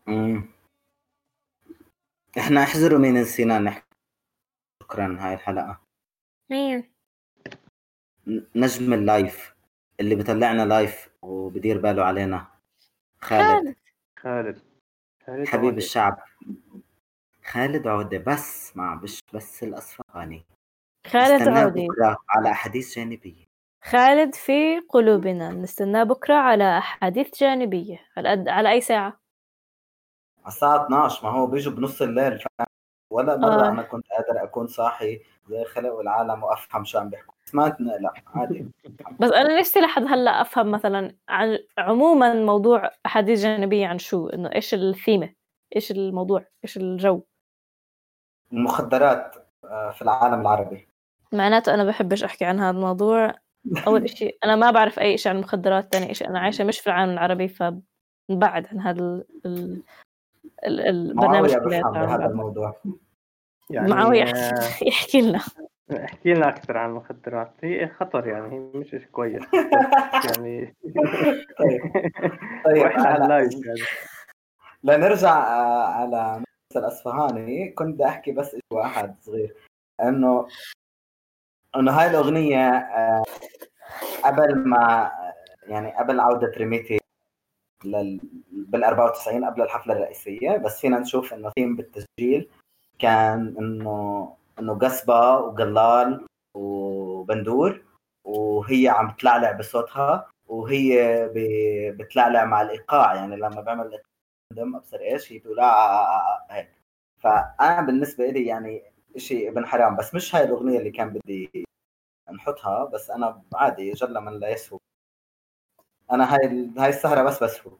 احنا احذروا مين نسينا نحكي. شكرا هاي الحلقة. مين؟ نجم اللايف اللي بيطلعنا لايف وبدير باله علينا، خالد. خالد حبيب عودة. الشعب خالد عودة، بس مع بس الأصفهاني. خالد نستناه عودة. بكرة على أحاديث جانبية. خالد في قلوبنا، نستناه بكرة على أحاديث جانبية. على أي ساعة؟ على الساعة 12. ما هو بيجوا بنص الليل. ولا مرة أنا كنت قادر أكون صاحي زي خلق العالم وأفهم شو عم بيحكوا. سمعتنا؟ لا عادي. بس أنا نفسي لحد هلأ أفهم مثلا عموما موضوع أحاديث جانبية عن شو، إنه إيش الثيمة، إيش الموضوع، إيش الجو. المخدرات في العالم العربي. معناته أنا بحبش أحكي عن هذا الموضوع. أول إشي أنا ما بعرف أي إشي عن المخدرات. تاني إشي أنا عايشة مش في العالم العربي، فنبعد عن هذا البرنامج معاوية كله. بفهم بهذا الموضوع. يعني معاوية يحكي لنا. احكي لنا أكثر عن المخدرات. هي خطر، يعني هي مش إشي كويس يعني. طيب وإحنا على اللايف يعني. لنرجع على الأصفهاني. كنت بدي أحكي بس إشي واحد صغير، إنه هاي الأغنية قبل ما يعني قبل عودة ريميتي بال 94 قبل الحفلة الرئيسية، بس فينا نشوف إنه ثيم بالتسجيل كان إنه قصبة وقلال وبندور، وهي عم تلعلع بصوتها، وهي بتلعلع مع الإيقاع. يعني لما بعمل الإيقاع أبصر إيش هي تقول هيك. فأنا بالنسبة لي يعني إشي ابن حرام، بس مش هاي الأغنية اللي كان بدي نحطها. بس أنا عادي جل من لا يسهو. أنا هاي السهرة بس هو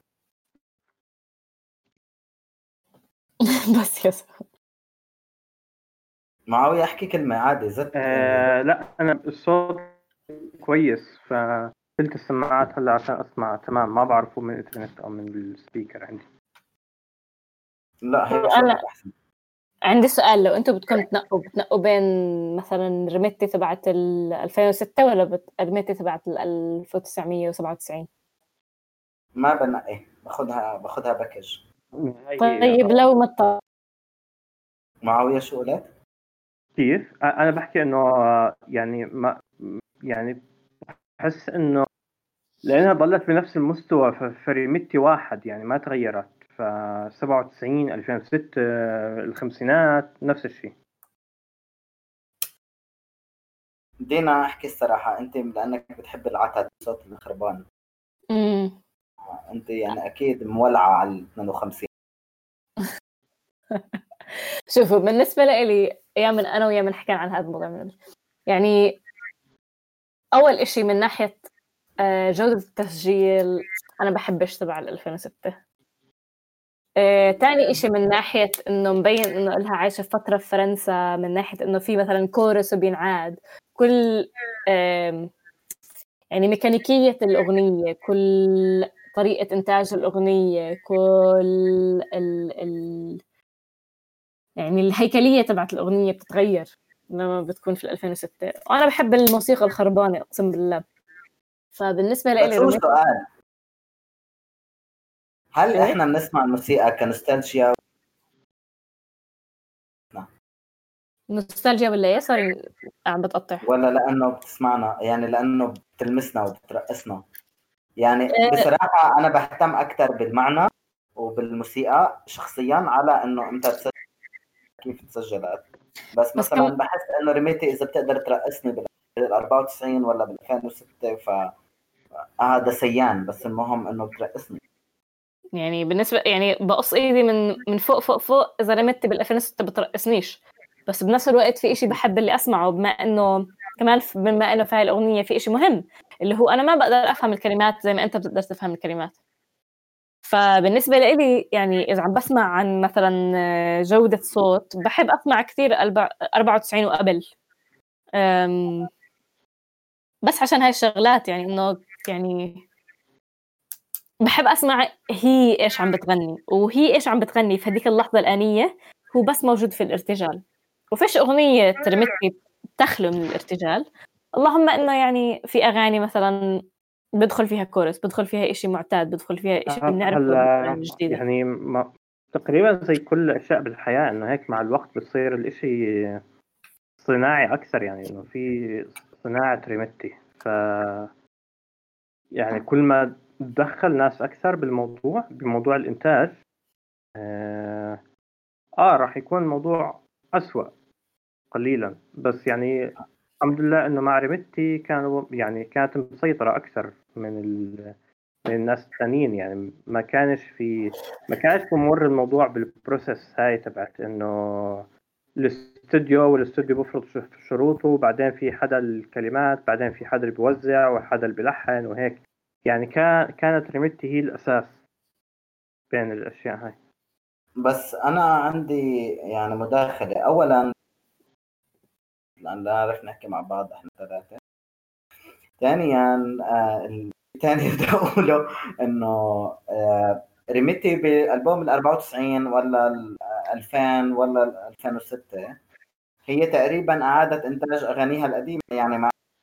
بس يا سلام. معاوية أحكي كلمة عادي زت. لا أنا الصوت كويس، فقلت السماعات هلا عشان أسمع تمام. ما بعرفه من الإنترنت أو من السبيكر عندي. لا هي أنا صوتك أحسن. عندي سؤال، لو أنتوا بدكم بتنقوا بين مثلا ريميتي تبعت 2006 ولا ريميتي تبعت 1997؟ ما بنقي، باخدها باكج. طيب لو ما معاوية شو قلت؟ كيف؟ أنا بحكي إنه يعني ما يعني بحس إنه لأنها ضلت بنفس المستوى، فريمتي واحد يعني ما تغيرت. ف 97 2006 الخمسينات نفس الشيء. بدينا أحكي الصراحة، أنت لأنك بتحب العتاد صوت الخربان. أنت يعني أكيد مولعة على 52. شوفوا، بالنسبة لي أيام أنا ويا من حكينا عن هذا الموضوع، يعني أول إشي من ناحية جودة التسجيل أنا بحبش تبع 2006. تاني إشي من ناحية إنه مبين إنه إلها عايشة فترة في فرنسا، من ناحية إنه في مثلا كورس وبينعاد كل يعني ميكانيكية الأغنية، كل طريقة إنتاج الأغنية، كل يعني الهيكلية تبعت الأغنية بتتغير لما بتكون في 2006. وأنا بحب الموسيقى الخربانة أقسم بالله. فبالنسبة لي بس هو سؤال، هل إيه؟ إحنا بنسمع الموسيقى كنوستالجيا؟ نوستالجيا ولا إيه؟ صار عم بتقطع. ولا لأنه بتسمعنا، يعني لأنه بتلمسنا وبترقصنا؟ يعني بصراحة أنا بهتم أكتر بالمعنى وبالموسيقى شخصيا على إنه أنت تسجل كيف تسجلت. بس مثلا بحس إنه ريميتي إذا بتقدر ترقصني بال 94 ولا بال 2006 فهذا سيان، بس المهم إنه بترقصني. يعني بالنسبة يعني بقص إيدي من فوق إذا رميت بال 2006 بترقصنيش. بس بنفس الوقت في إشي بحب اللي أسمعه، بما إنه كمان بما إنه في هاي الأغنية في إشي مهم اللي هو أنا ما بقدر أفهم الكلمات زي ما أنت بتقدر تفهم الكلمات. فبالنسبة لي يعني إذا عم بسمع عن مثلا جودة صوت، بحب أسمع كثير 94 وقبل، بس عشان هاي الشغلات، يعني إنه يعني بحب أسمع هي إيش عم بتغني، وهي إيش عم بتغني في هذيك اللحظة الآنية. هو بس موجود في الارتجال، وفيش أغنية ريميتي تخلو من الارتجال. اللهم إنه يعني في أغاني مثلا بدخل فيها كورس، بدخل فيها إشي معتاد، بدخل فيها إشي بنعرفه هلا جديدة. يعني تقريبا زي كل الأشياء بالحياة، إنه هيك مع الوقت بتصير الإشي صناعي أكثر، يعني إنه في صناعة ريمتي. يعني كل ما تدخل ناس أكثر بموضوع الإنتاج راح يكون الموضوع أسوأ قليلا. بس يعني الحمد لله إنه مع ريمتي كانت مسيطرة أكثر من الناس الثانيين. يعني ما كانش بمر الموضوع بالبروسيس هاي تبعت إنه الاستوديو بفرض شروطه، وبعدين في حدا الكلمات، بعدين في حدا اللي بيوزع وحدا اللي بيلحن وهيك. يعني كانت ريمتي هي الأساس بين الأشياء هاي. بس أنا عندي يعني مداخلة. أولا لأن لا نعرف نحكي مع بعض إحنا ثلاثة. ثانيا الثاني بدي أقوله إنه ريمتي بألبوم 94 ولا 2000 ولا 2006 هي تقريبا أعادت إنتاج أغانيها القديمة. يعني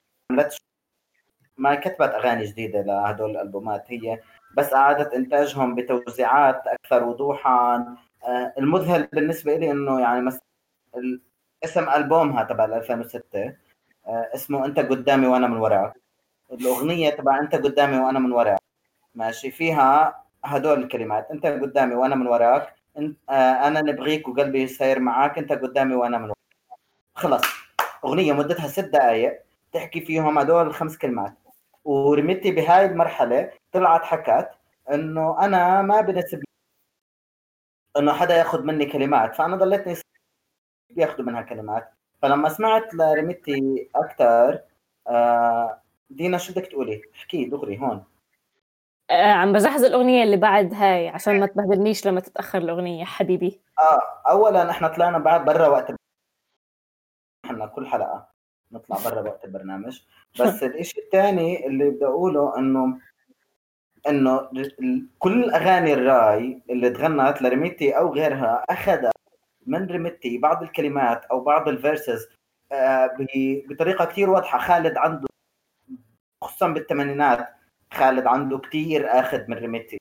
ما كتبت أغاني جديدة لهدول الألبومات، هي بس أعادت إنتاجهم بتوزيعات أكثر وضوحا. المذهل بالنسبة لي إنه يعني مثلا اسم ألبومها تبع 2006 اسمه أنت قدامي وأنا من وراك. الأغنية تبع أنت قدامي وأنا من وراك ماشي فيها هدول الكلمات: أنت قدامي وأنا من وراك، أنا نبغيك وقلبي ساير معاك، أنت قدامي وأنا من وراك. خلص أغنية مدتها 6 دقائق تحكي فيهم هدول 5 كلمات. ورميتي بهاي المرحلة طلعت حكت إنه أنا ما بنسب إنه حدا ياخد مني كلمات، فأنا ضليتني بياخدوا منها كلمات. فلما سمعت لرميتي أكتر دينا شو بدك تقولي؟ احكي دغري هون. عم بجهز الأغنية اللي بعد هاي عشان ما تبهدلنيش لما تتأخر الأغنية حبيبي. أولا إحنا طلعنا بعد برا وقت إحنا كل حلقة نطلع برا وقت البرنامج. بس الإشي الثاني اللي بدي أقوله إنه كل أغاني الراي اللي تغنت لرميتي أو غيرها أخذ من رميتي بعض الكلمات أو بعض الفيرسز بطريقة كتير واضحة. خالد عنده خصوصا بالثمانينات خالد عنده كتير أخذ من رميتي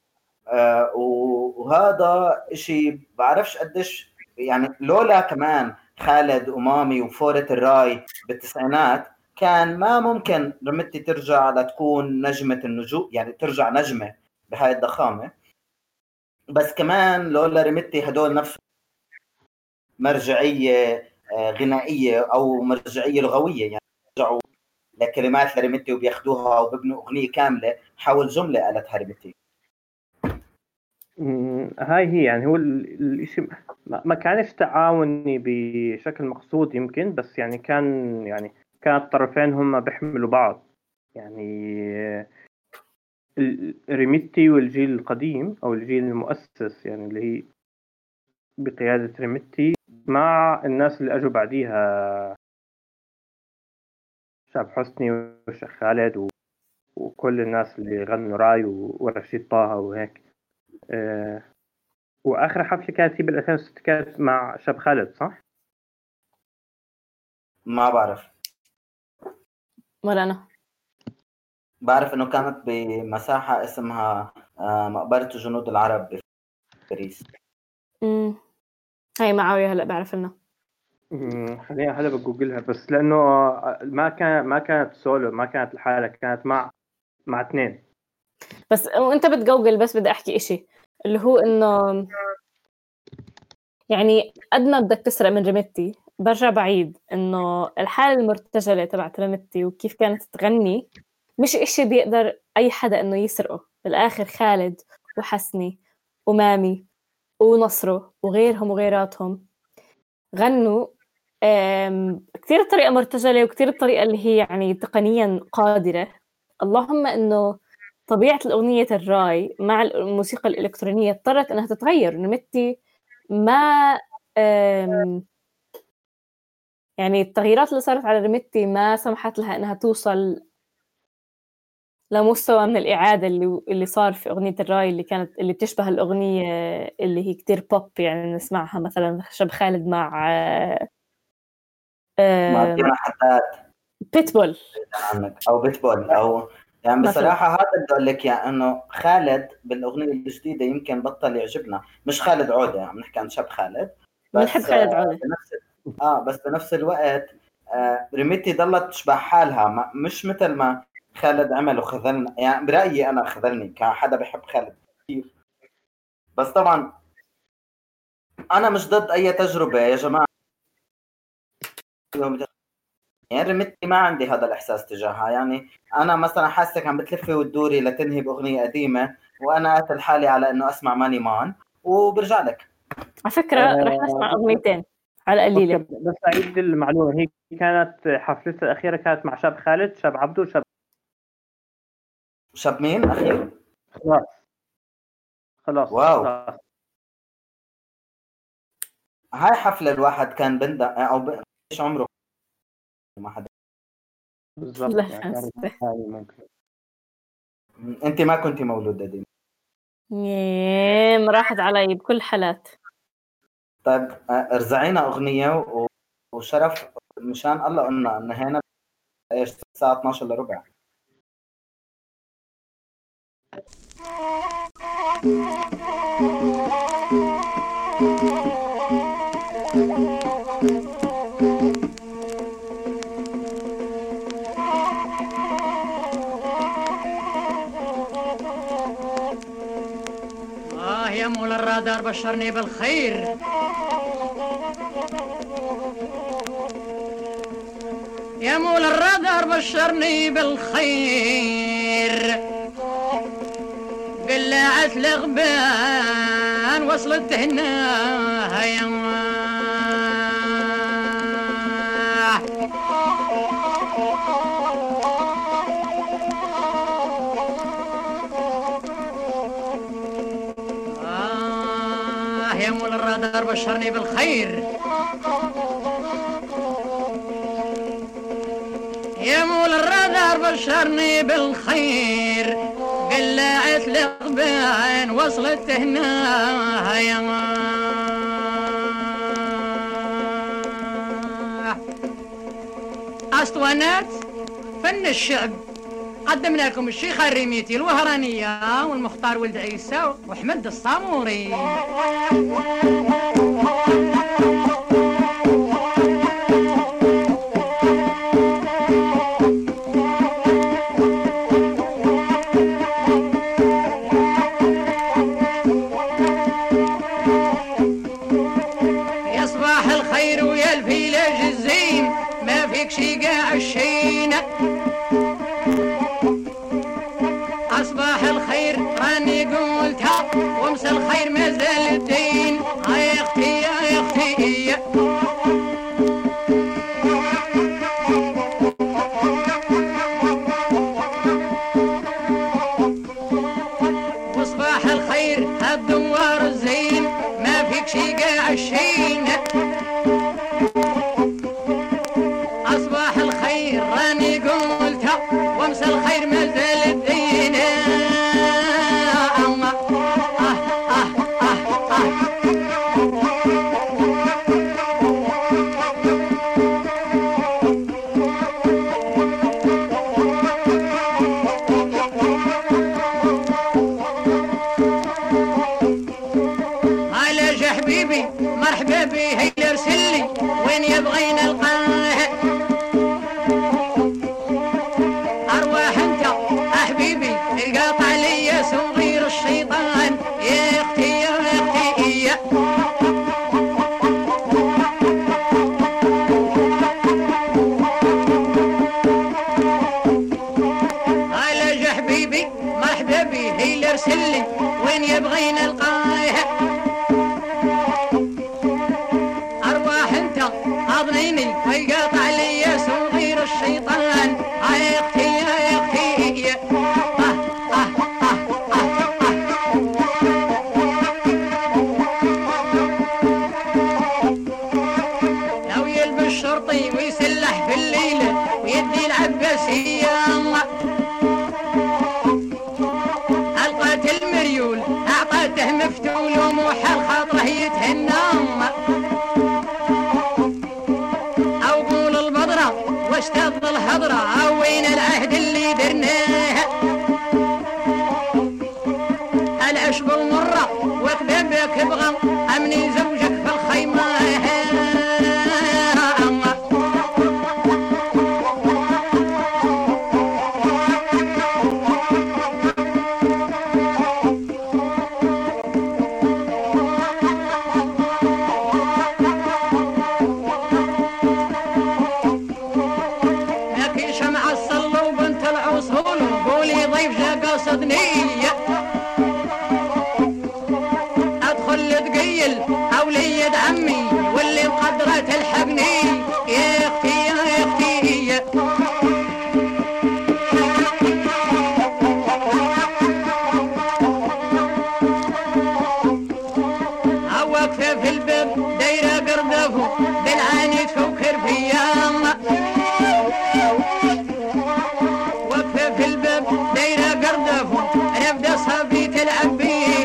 وهذا إشي بعرفش قديش يعني لولا كمان خالد ومامي وفورة الراي بالتسعينات كان ما ممكن رميتي ترجع لتكون نجمة النجوم، يعني ترجع نجمة بهاي الضخامة. بس كمان لولا رميتي هدول نفسه مرجعية غنائية أو مرجعية لغوية، يعني رجعوا لكلمات لرميتي وبياخدوها وببنوا أغنية كاملة حول جملة قالتها رميتي. هاي هي يعني هو الشيء ما كانش تعاوني بشكل مقصود يمكن، بس يعني كان الطرفين هم بيحملوا بعض. يعني ريميتي والجيل القديم او الجيل المؤسس يعني اللي هي بقيادة ريميتي مع الناس اللي اجوا بعديها شاب حسني والشيخ خالد وكل الناس اللي غنوا راي ورشيد طه وهيك. واخر حفله كانت هي بال 2006 كانت مع شاب خالد صح؟ ما بعرف، ولا انا بعرف انه كانت بمساحه اسمها مقبره جنود العرب بباريس. هاي معاوية هلا بعرف لنا. خليها هلا بجوجلها، بس لانه ما كانت سولو، ما كانت الحالة، كانت مع اثنين. بس وانت بتجوجل بس بدي احكي اشي اللي هو انه يعني قد ما بدك تسرق من ريميتي برجع بعيد انه الحالة المرتجلة تبعت ريميتي وكيف كانت تغني مش اشي بيقدر اي حدا انه يسرقه. بالاخر خالد وحسني ومامي ونصره وغيرهم وغيراتهم غنوا كتير بطريقة مرتجلة وكتير بطريقة اللي هي يعني تقنيا قادرة. اللهم انه طبيعة الأغنية الراي مع الموسيقى الإلكترونية اضطرت انها تتغير. ريميتي ما يعني التغييرات اللي صارت على ريميتي ما سمحت لها انها توصل لمستوى من الإعادة اللي صار في أغنية الراي اللي بتشبه الأغنية اللي هي كتير بوب يعني نسمعها مثلا شب خالد مع دينا حداد بيتبول او بيتبول او يعني مثلاً. بصراحة هذا اللي أقول لك، يعني إنه خالد بالأغنية الجديدة يمكن بطل يعجبنا، مش خالد عودة، يعني بنحكي عن شاب خالد. بنحب بس خالد عودة. بس بنفس الوقت ريميتي ضلت تشبه حالها، مش مثل ما خالد عمل وخذلنا. يعني برأيي أنا خذلني كحدا بحب خالد كثير. بس طبعا أنا مش ضد أي تجربة يا جماعة، يعني ريميتي ما عندي هذا الإحساس تجاهها. يعني أنا مثلا حاسك عم بتلفي وتدوري لتنهي بأغنية قديمة، وأنا قاتل حالي على إنه أسمع ماني مان وبرجع لك. على فكرة رح نسمع أغنيتين على قليلة. بس أعيد المعلومة، هي كانت حفلتها الأخيرة كانت مع شاب خالد، شاب عبده، شاب مين أخير؟ خلاص. واو. خلاص. هاي حفلة الواحد كان بندق أو إيش عمره ما حدا بالضبط. لا يعني حاسة. هاي ممكن. أنت ما كنتي مولودة دي. راحت علي بكل حالات. طيب ارزعينا أغنية وشرف مشان الله قلنا نهينا إيش الساعة 12 إلا ربع. يا مول الرادار بشرني بالخير، يا مول الرادار بشرني بالخير، قلعت الغبان وصلت هنا يا يا مول الرادار بشرني بالخير، يا مول الرادار بشرني بالخير، قلعت الغبان وصلت هنا يا اسطوانات فن الشعب. قدمنا لكم الشيخ الريميتي الوهرانية والمختار ولد عيسى وحمد الصاموري. يا صباح الخير ويا الفيلاج الزين، ما فيك شي قاع الشين. أصباح الخير راني قلتها ومس الخير ما زال الدين. يا اختي يا اختي وصباح الخير هالدوار الزين، ما فيك شي قاع الشين. أصباح الخير راني قلتها ومس الخير ما زال الدين. علاج حبيبي مرحبا بي هي ارسلي وين يبغي نلقاه. ارواح انت حبيبي القاطع لي صغير الشيطان. يا اختي يا اختي علاج حبيبي مرحبا بي هي ارسلي وين يبغي نلقاه. ارواح انت اضنيني العويل او وليد عمي واللي بقدره تلحقني يا اختي يا اختي واقفه في الباب دايره قردفه بالعاني تفكر فيا واقفه في الباب دايره قردفه نبدا صبي تلعب بيه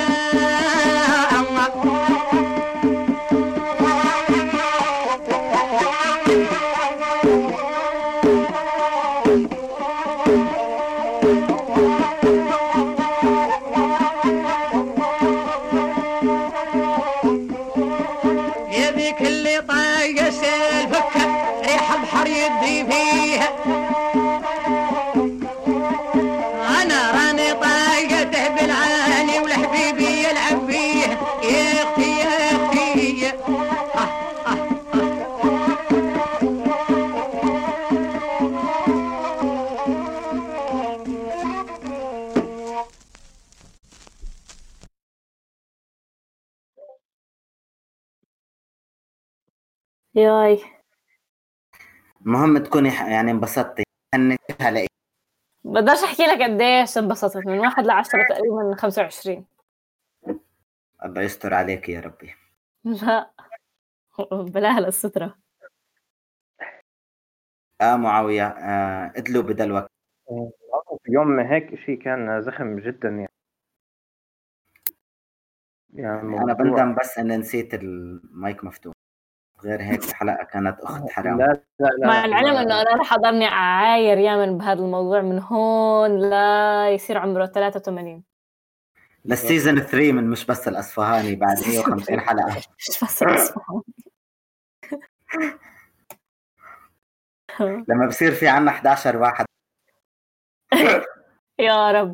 يبيك اللي طايق سالفك ريح بحر يدي فيها انا راني طايقته بالعالي والحبيبي يلعب بيه يا اختي يا اختي ياي المهم تكوني يعني انبسطتي هنتها لإيه. بقدرش احكي لك قديش انبسطت من 1 ل10 تقريبا 25. الله يستر عليك يا ربي. لا بلاها للسترة. معاوية ادلوا بدلوك. في يوم هيك شيء كان زخم جدا يعني أنا بندم بس أن نسيت المايك مفتوح، غير هيك الحلقة كانت أخت حرام. لا مع العلم أنه أنا رح أضلني عاير يامن بهذا الموضوع من هون لا يصير عمره 83 للسيزن 3 من مش بس الأصفهاني بعد 150 حلقة. مش بس الأصفهاني. لما بصير في عنا 11 واحد. يا رب.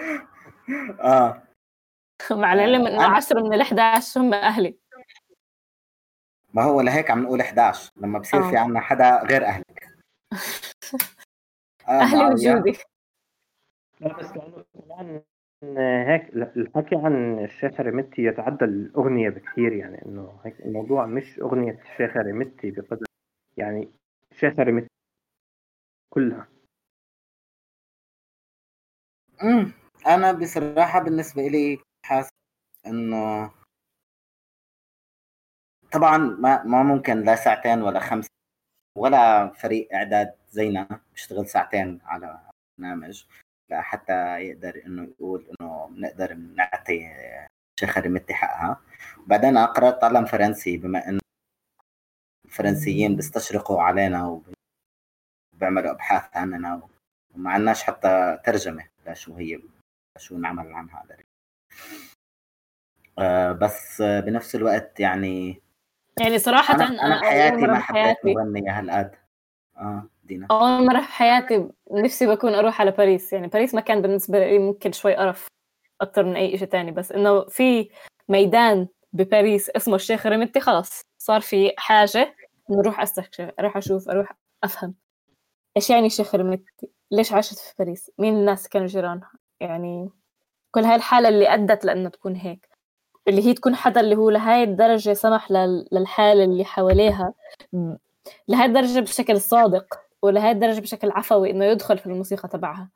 مع العلم انه 10 من ال11 هم اهلي. ما هو لهيك عم نقول 11 لما بصير في عنا حدا غير اهلك. اهلي وجودي. لا بس كمان هيك الحكي عن الشيخ ريمتي يتعدى الأغنية بكثير، يعني إنه هيك الموضوع مش أغنية الشيخ ريمتي بقدر يعني الشيخ ريمتي كلها. أنا بصراحة بالنسبة إلي حاسس إنه طبعا ما ممكن لا ساعتين ولا 5 ولا فريق إعداد زينا بيشتغل ساعتين على برنامج لا حتى يقدر إنه يقول إنه نقدر نعطي شيخ ريمتي حقها. وبعدين قرأت أتعلم فرنسي بما إنه الفرنسيين بيستشرقوا علينا وبيعملوا أبحاث عننا وما عندناش حتى ترجمة شو نعمل عنها. بس بنفس الوقت يعني صراحة أنا بحياتي ما حبيت مغنية هالقد. دينا أول مرة في حياتي نفسي بكون أروح على باريس. يعني باريس مكان بالنسبة لي ممكن شوي قرف أكتر من أي شيء تاني، بس إنه في ميدان بباريس اسمه الشيخ ريمتي خلاص صار في حاجة نروح أستكشف، أروح أشوف، أروح أفهم إيش يعني الشيخ ريمتي، ليش عاشت في باريس، مين الناس كانوا جيرانها، يعني كل هاي الحالة اللي أدت لأنه تكون هيك، اللي هي تكون حدا اللي هو لهاي الدرجة سمح للحالة اللي حواليها لهاي الدرجة بشكل صادق ولهاي الدرجة بشكل عفوي إنه يدخل في الموسيقى تبعها.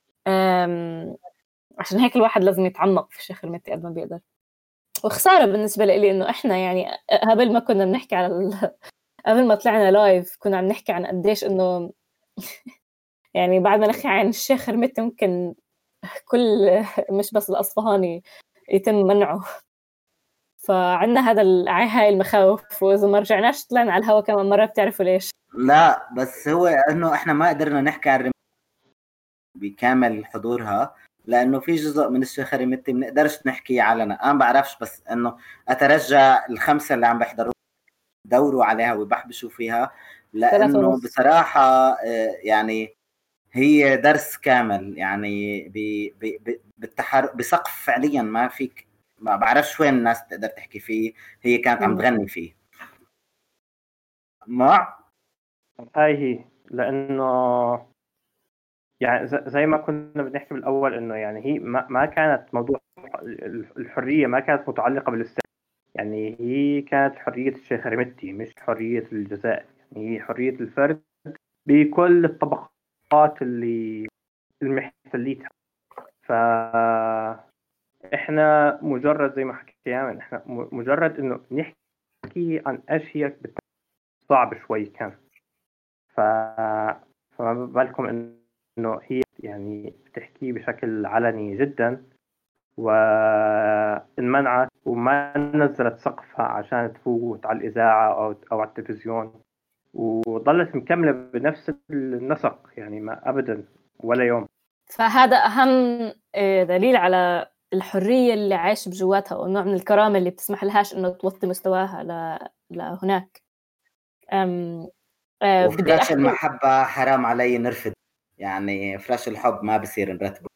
عشان هيك الواحد لازم يتعمق في الشيخ ريمتي قد ما بيقدر. وخسارة بالنسبة لي إنه إحنا يعني قبل ما كنا بنحكي على قبل ما طلعنا لايف كنا عم نحكي عن قديش إنه يعني بعد ما نحكي عن الشيخ ريمتي ممكن كل مش بس الأصفهاني يتم منعه. فعندنا هاي المخاوف، وإذا ما رجعناش طلعنا على الهواء كمان مرة بتعرفوا ليش. لا بس هو إنه إحنا ما قدرنا نحكي عن بكامل حضورها لأنه في جزء من الشيخ ريمتي ما نقدرش نحكي علنا. أنا ما بعرفش بس إنه أترجى الخمسة اللي عم بيحضروا دوروا عليها ويبحبشوا فيها لأنه بصراحة يعني هي درس كامل يعني بسقف فعليا ما فيك ما بعرفش وين الناس تقدر تحكي فيه. هي كانت عم تغني فيه هاي هي لأنه يعني زي ما كنا بنحكي بالأول إنه يعني هي ما كانت موضوع الحرية ما كانت متعلقة بالاستعمار يعني هي كانت حرية الشيخ رمتي مش حرية الجزائر، يعني هي حرية الفرد بكل الطبقات اللي المحتليتها. فإحنا مجرد زي ما حكيت يعني إحنا مجرد إنه نحكي عن أشياء صعب شوي كان. فما بالكم إنه هي يعني بتحكي بشكل علني جدا وانمنعت وما نزلت سقفها عشان تفوت على الإذاعة أو على التلفزيون، وظلت مكملة بنفس النسق يعني ما أبدا ولا يوم. فهذا أهم دليل على الحرية اللي عايش بجواتها ونوع من الكرامة اللي بتسمح لهاش إنه توطي مستواها لهناك. وفراش المحبة حرام علي نرفض، يعني فراش الحب ما بصير نرتبه.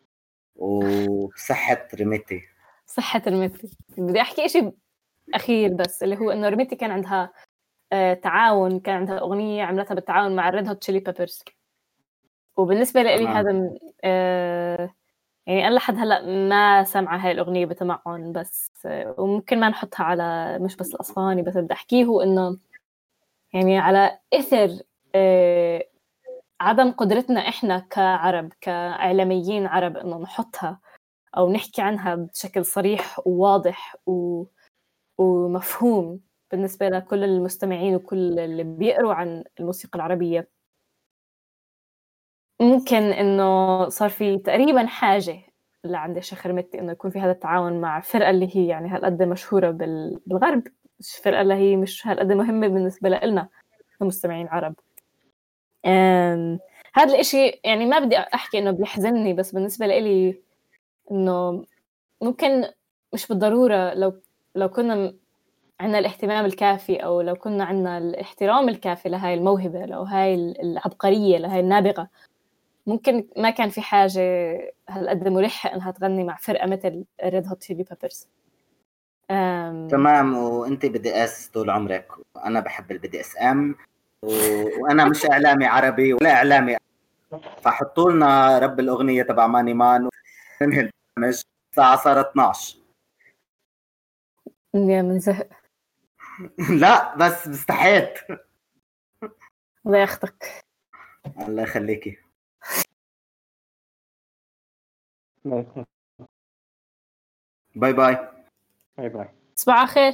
وصحة رميتي بدي أحكي إشي أخير بس اللي هو إنه رميتي كان عندها تعاون، كان عندها أغنية عملتها بالتعاون مع ريد هوت تشيلي بيبرز، وبالنسبة لي هذا يعني أنا لحد هلأ ما سمع هاي الأغنية بتمعن، بس وممكن ما نحطها على مش بس الأصفاني، بس بدي أحكيه إنه يعني على إثر عدم قدرتنا إحنا كعرب كإعلاميين عرب إنه نحطها أو نحكي عنها بشكل صريح وواضح ومفهوم بالنسبة لكل المستمعين وكل اللي بيقروا عن الموسيقى العربية. ممكن إنه صار في تقريبا حاجة اللي عند الشيخ رمتي إنه يكون في هذا التعاون مع فرقة اللي هي يعني هالقد مشهورة بالغرب، فرقة اللي هي مش هالقد مهمة بالنسبة لنا كمستمعين عرب. هذا الإشي يعني ما بدي أحكي إنه بيحزنني، بس بالنسبة لي إنه ممكن مش بالضرورة لو كنا عنا الاهتمام الكافي أو لو كنا عنا الاحترام الكافي لهاي الموهبة، لو هاي العبقرية لهاي النابغة، ممكن ما كان في حاجة هالقد ملحة إنها تغني مع فرقة مثل ريد هوت تشيلي بيبرز. تمام. وانت بدي اس طول عمرك، وانا بحب البدي اس ام، وانا مش اعلامي عربي ولا اعلامي، فحطوا لنا رب الاغنيه تبع ماني مان وننهي البرنامج. الساعه صارت 12. يا من زهق. لا بس استحيت. الله ياخدك. الله يخليكي. باي باي. باي باي. صباح الخير.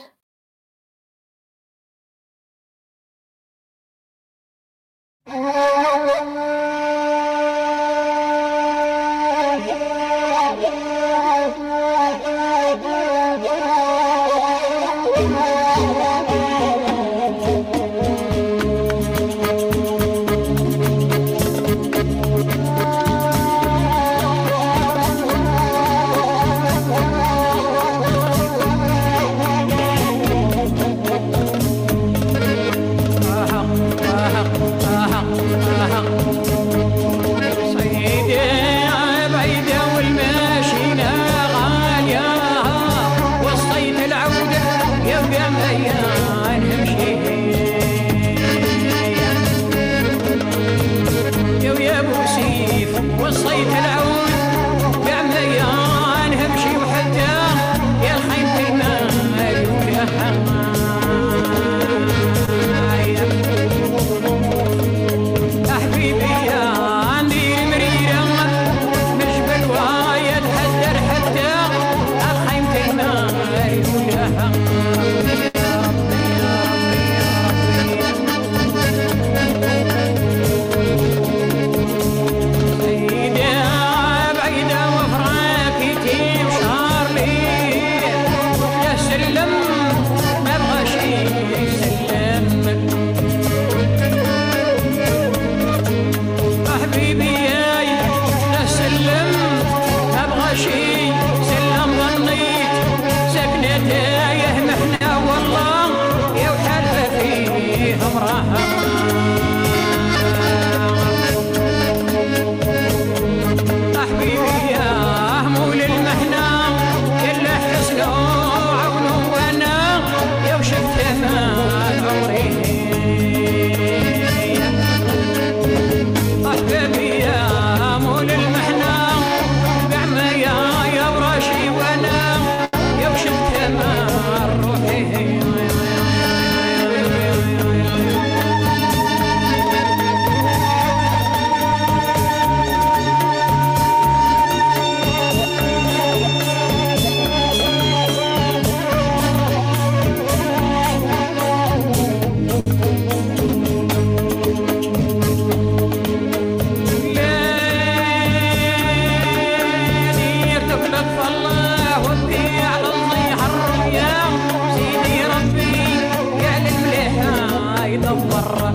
يا رب النار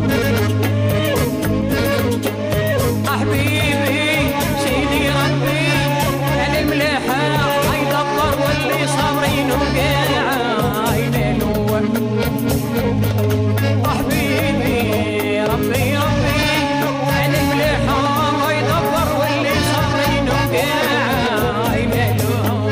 حبيبي سيدي ربي على المليحة يدبر واللي صابرين وقاعين الوم حبيبي ربي على المليحة يدبر واللي صابرين وقاعين الوم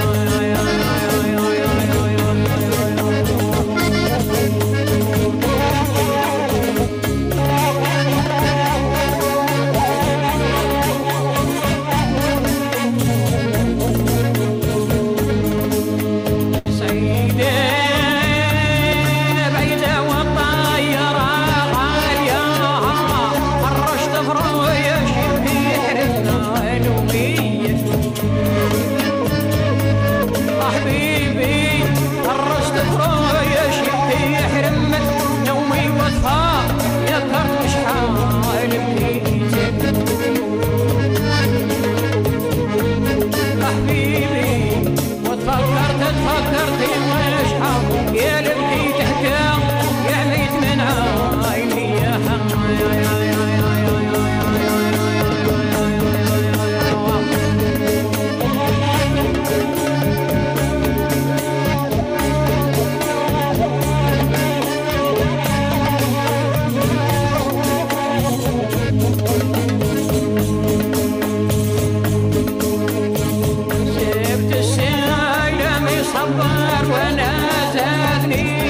صبر وانا زادني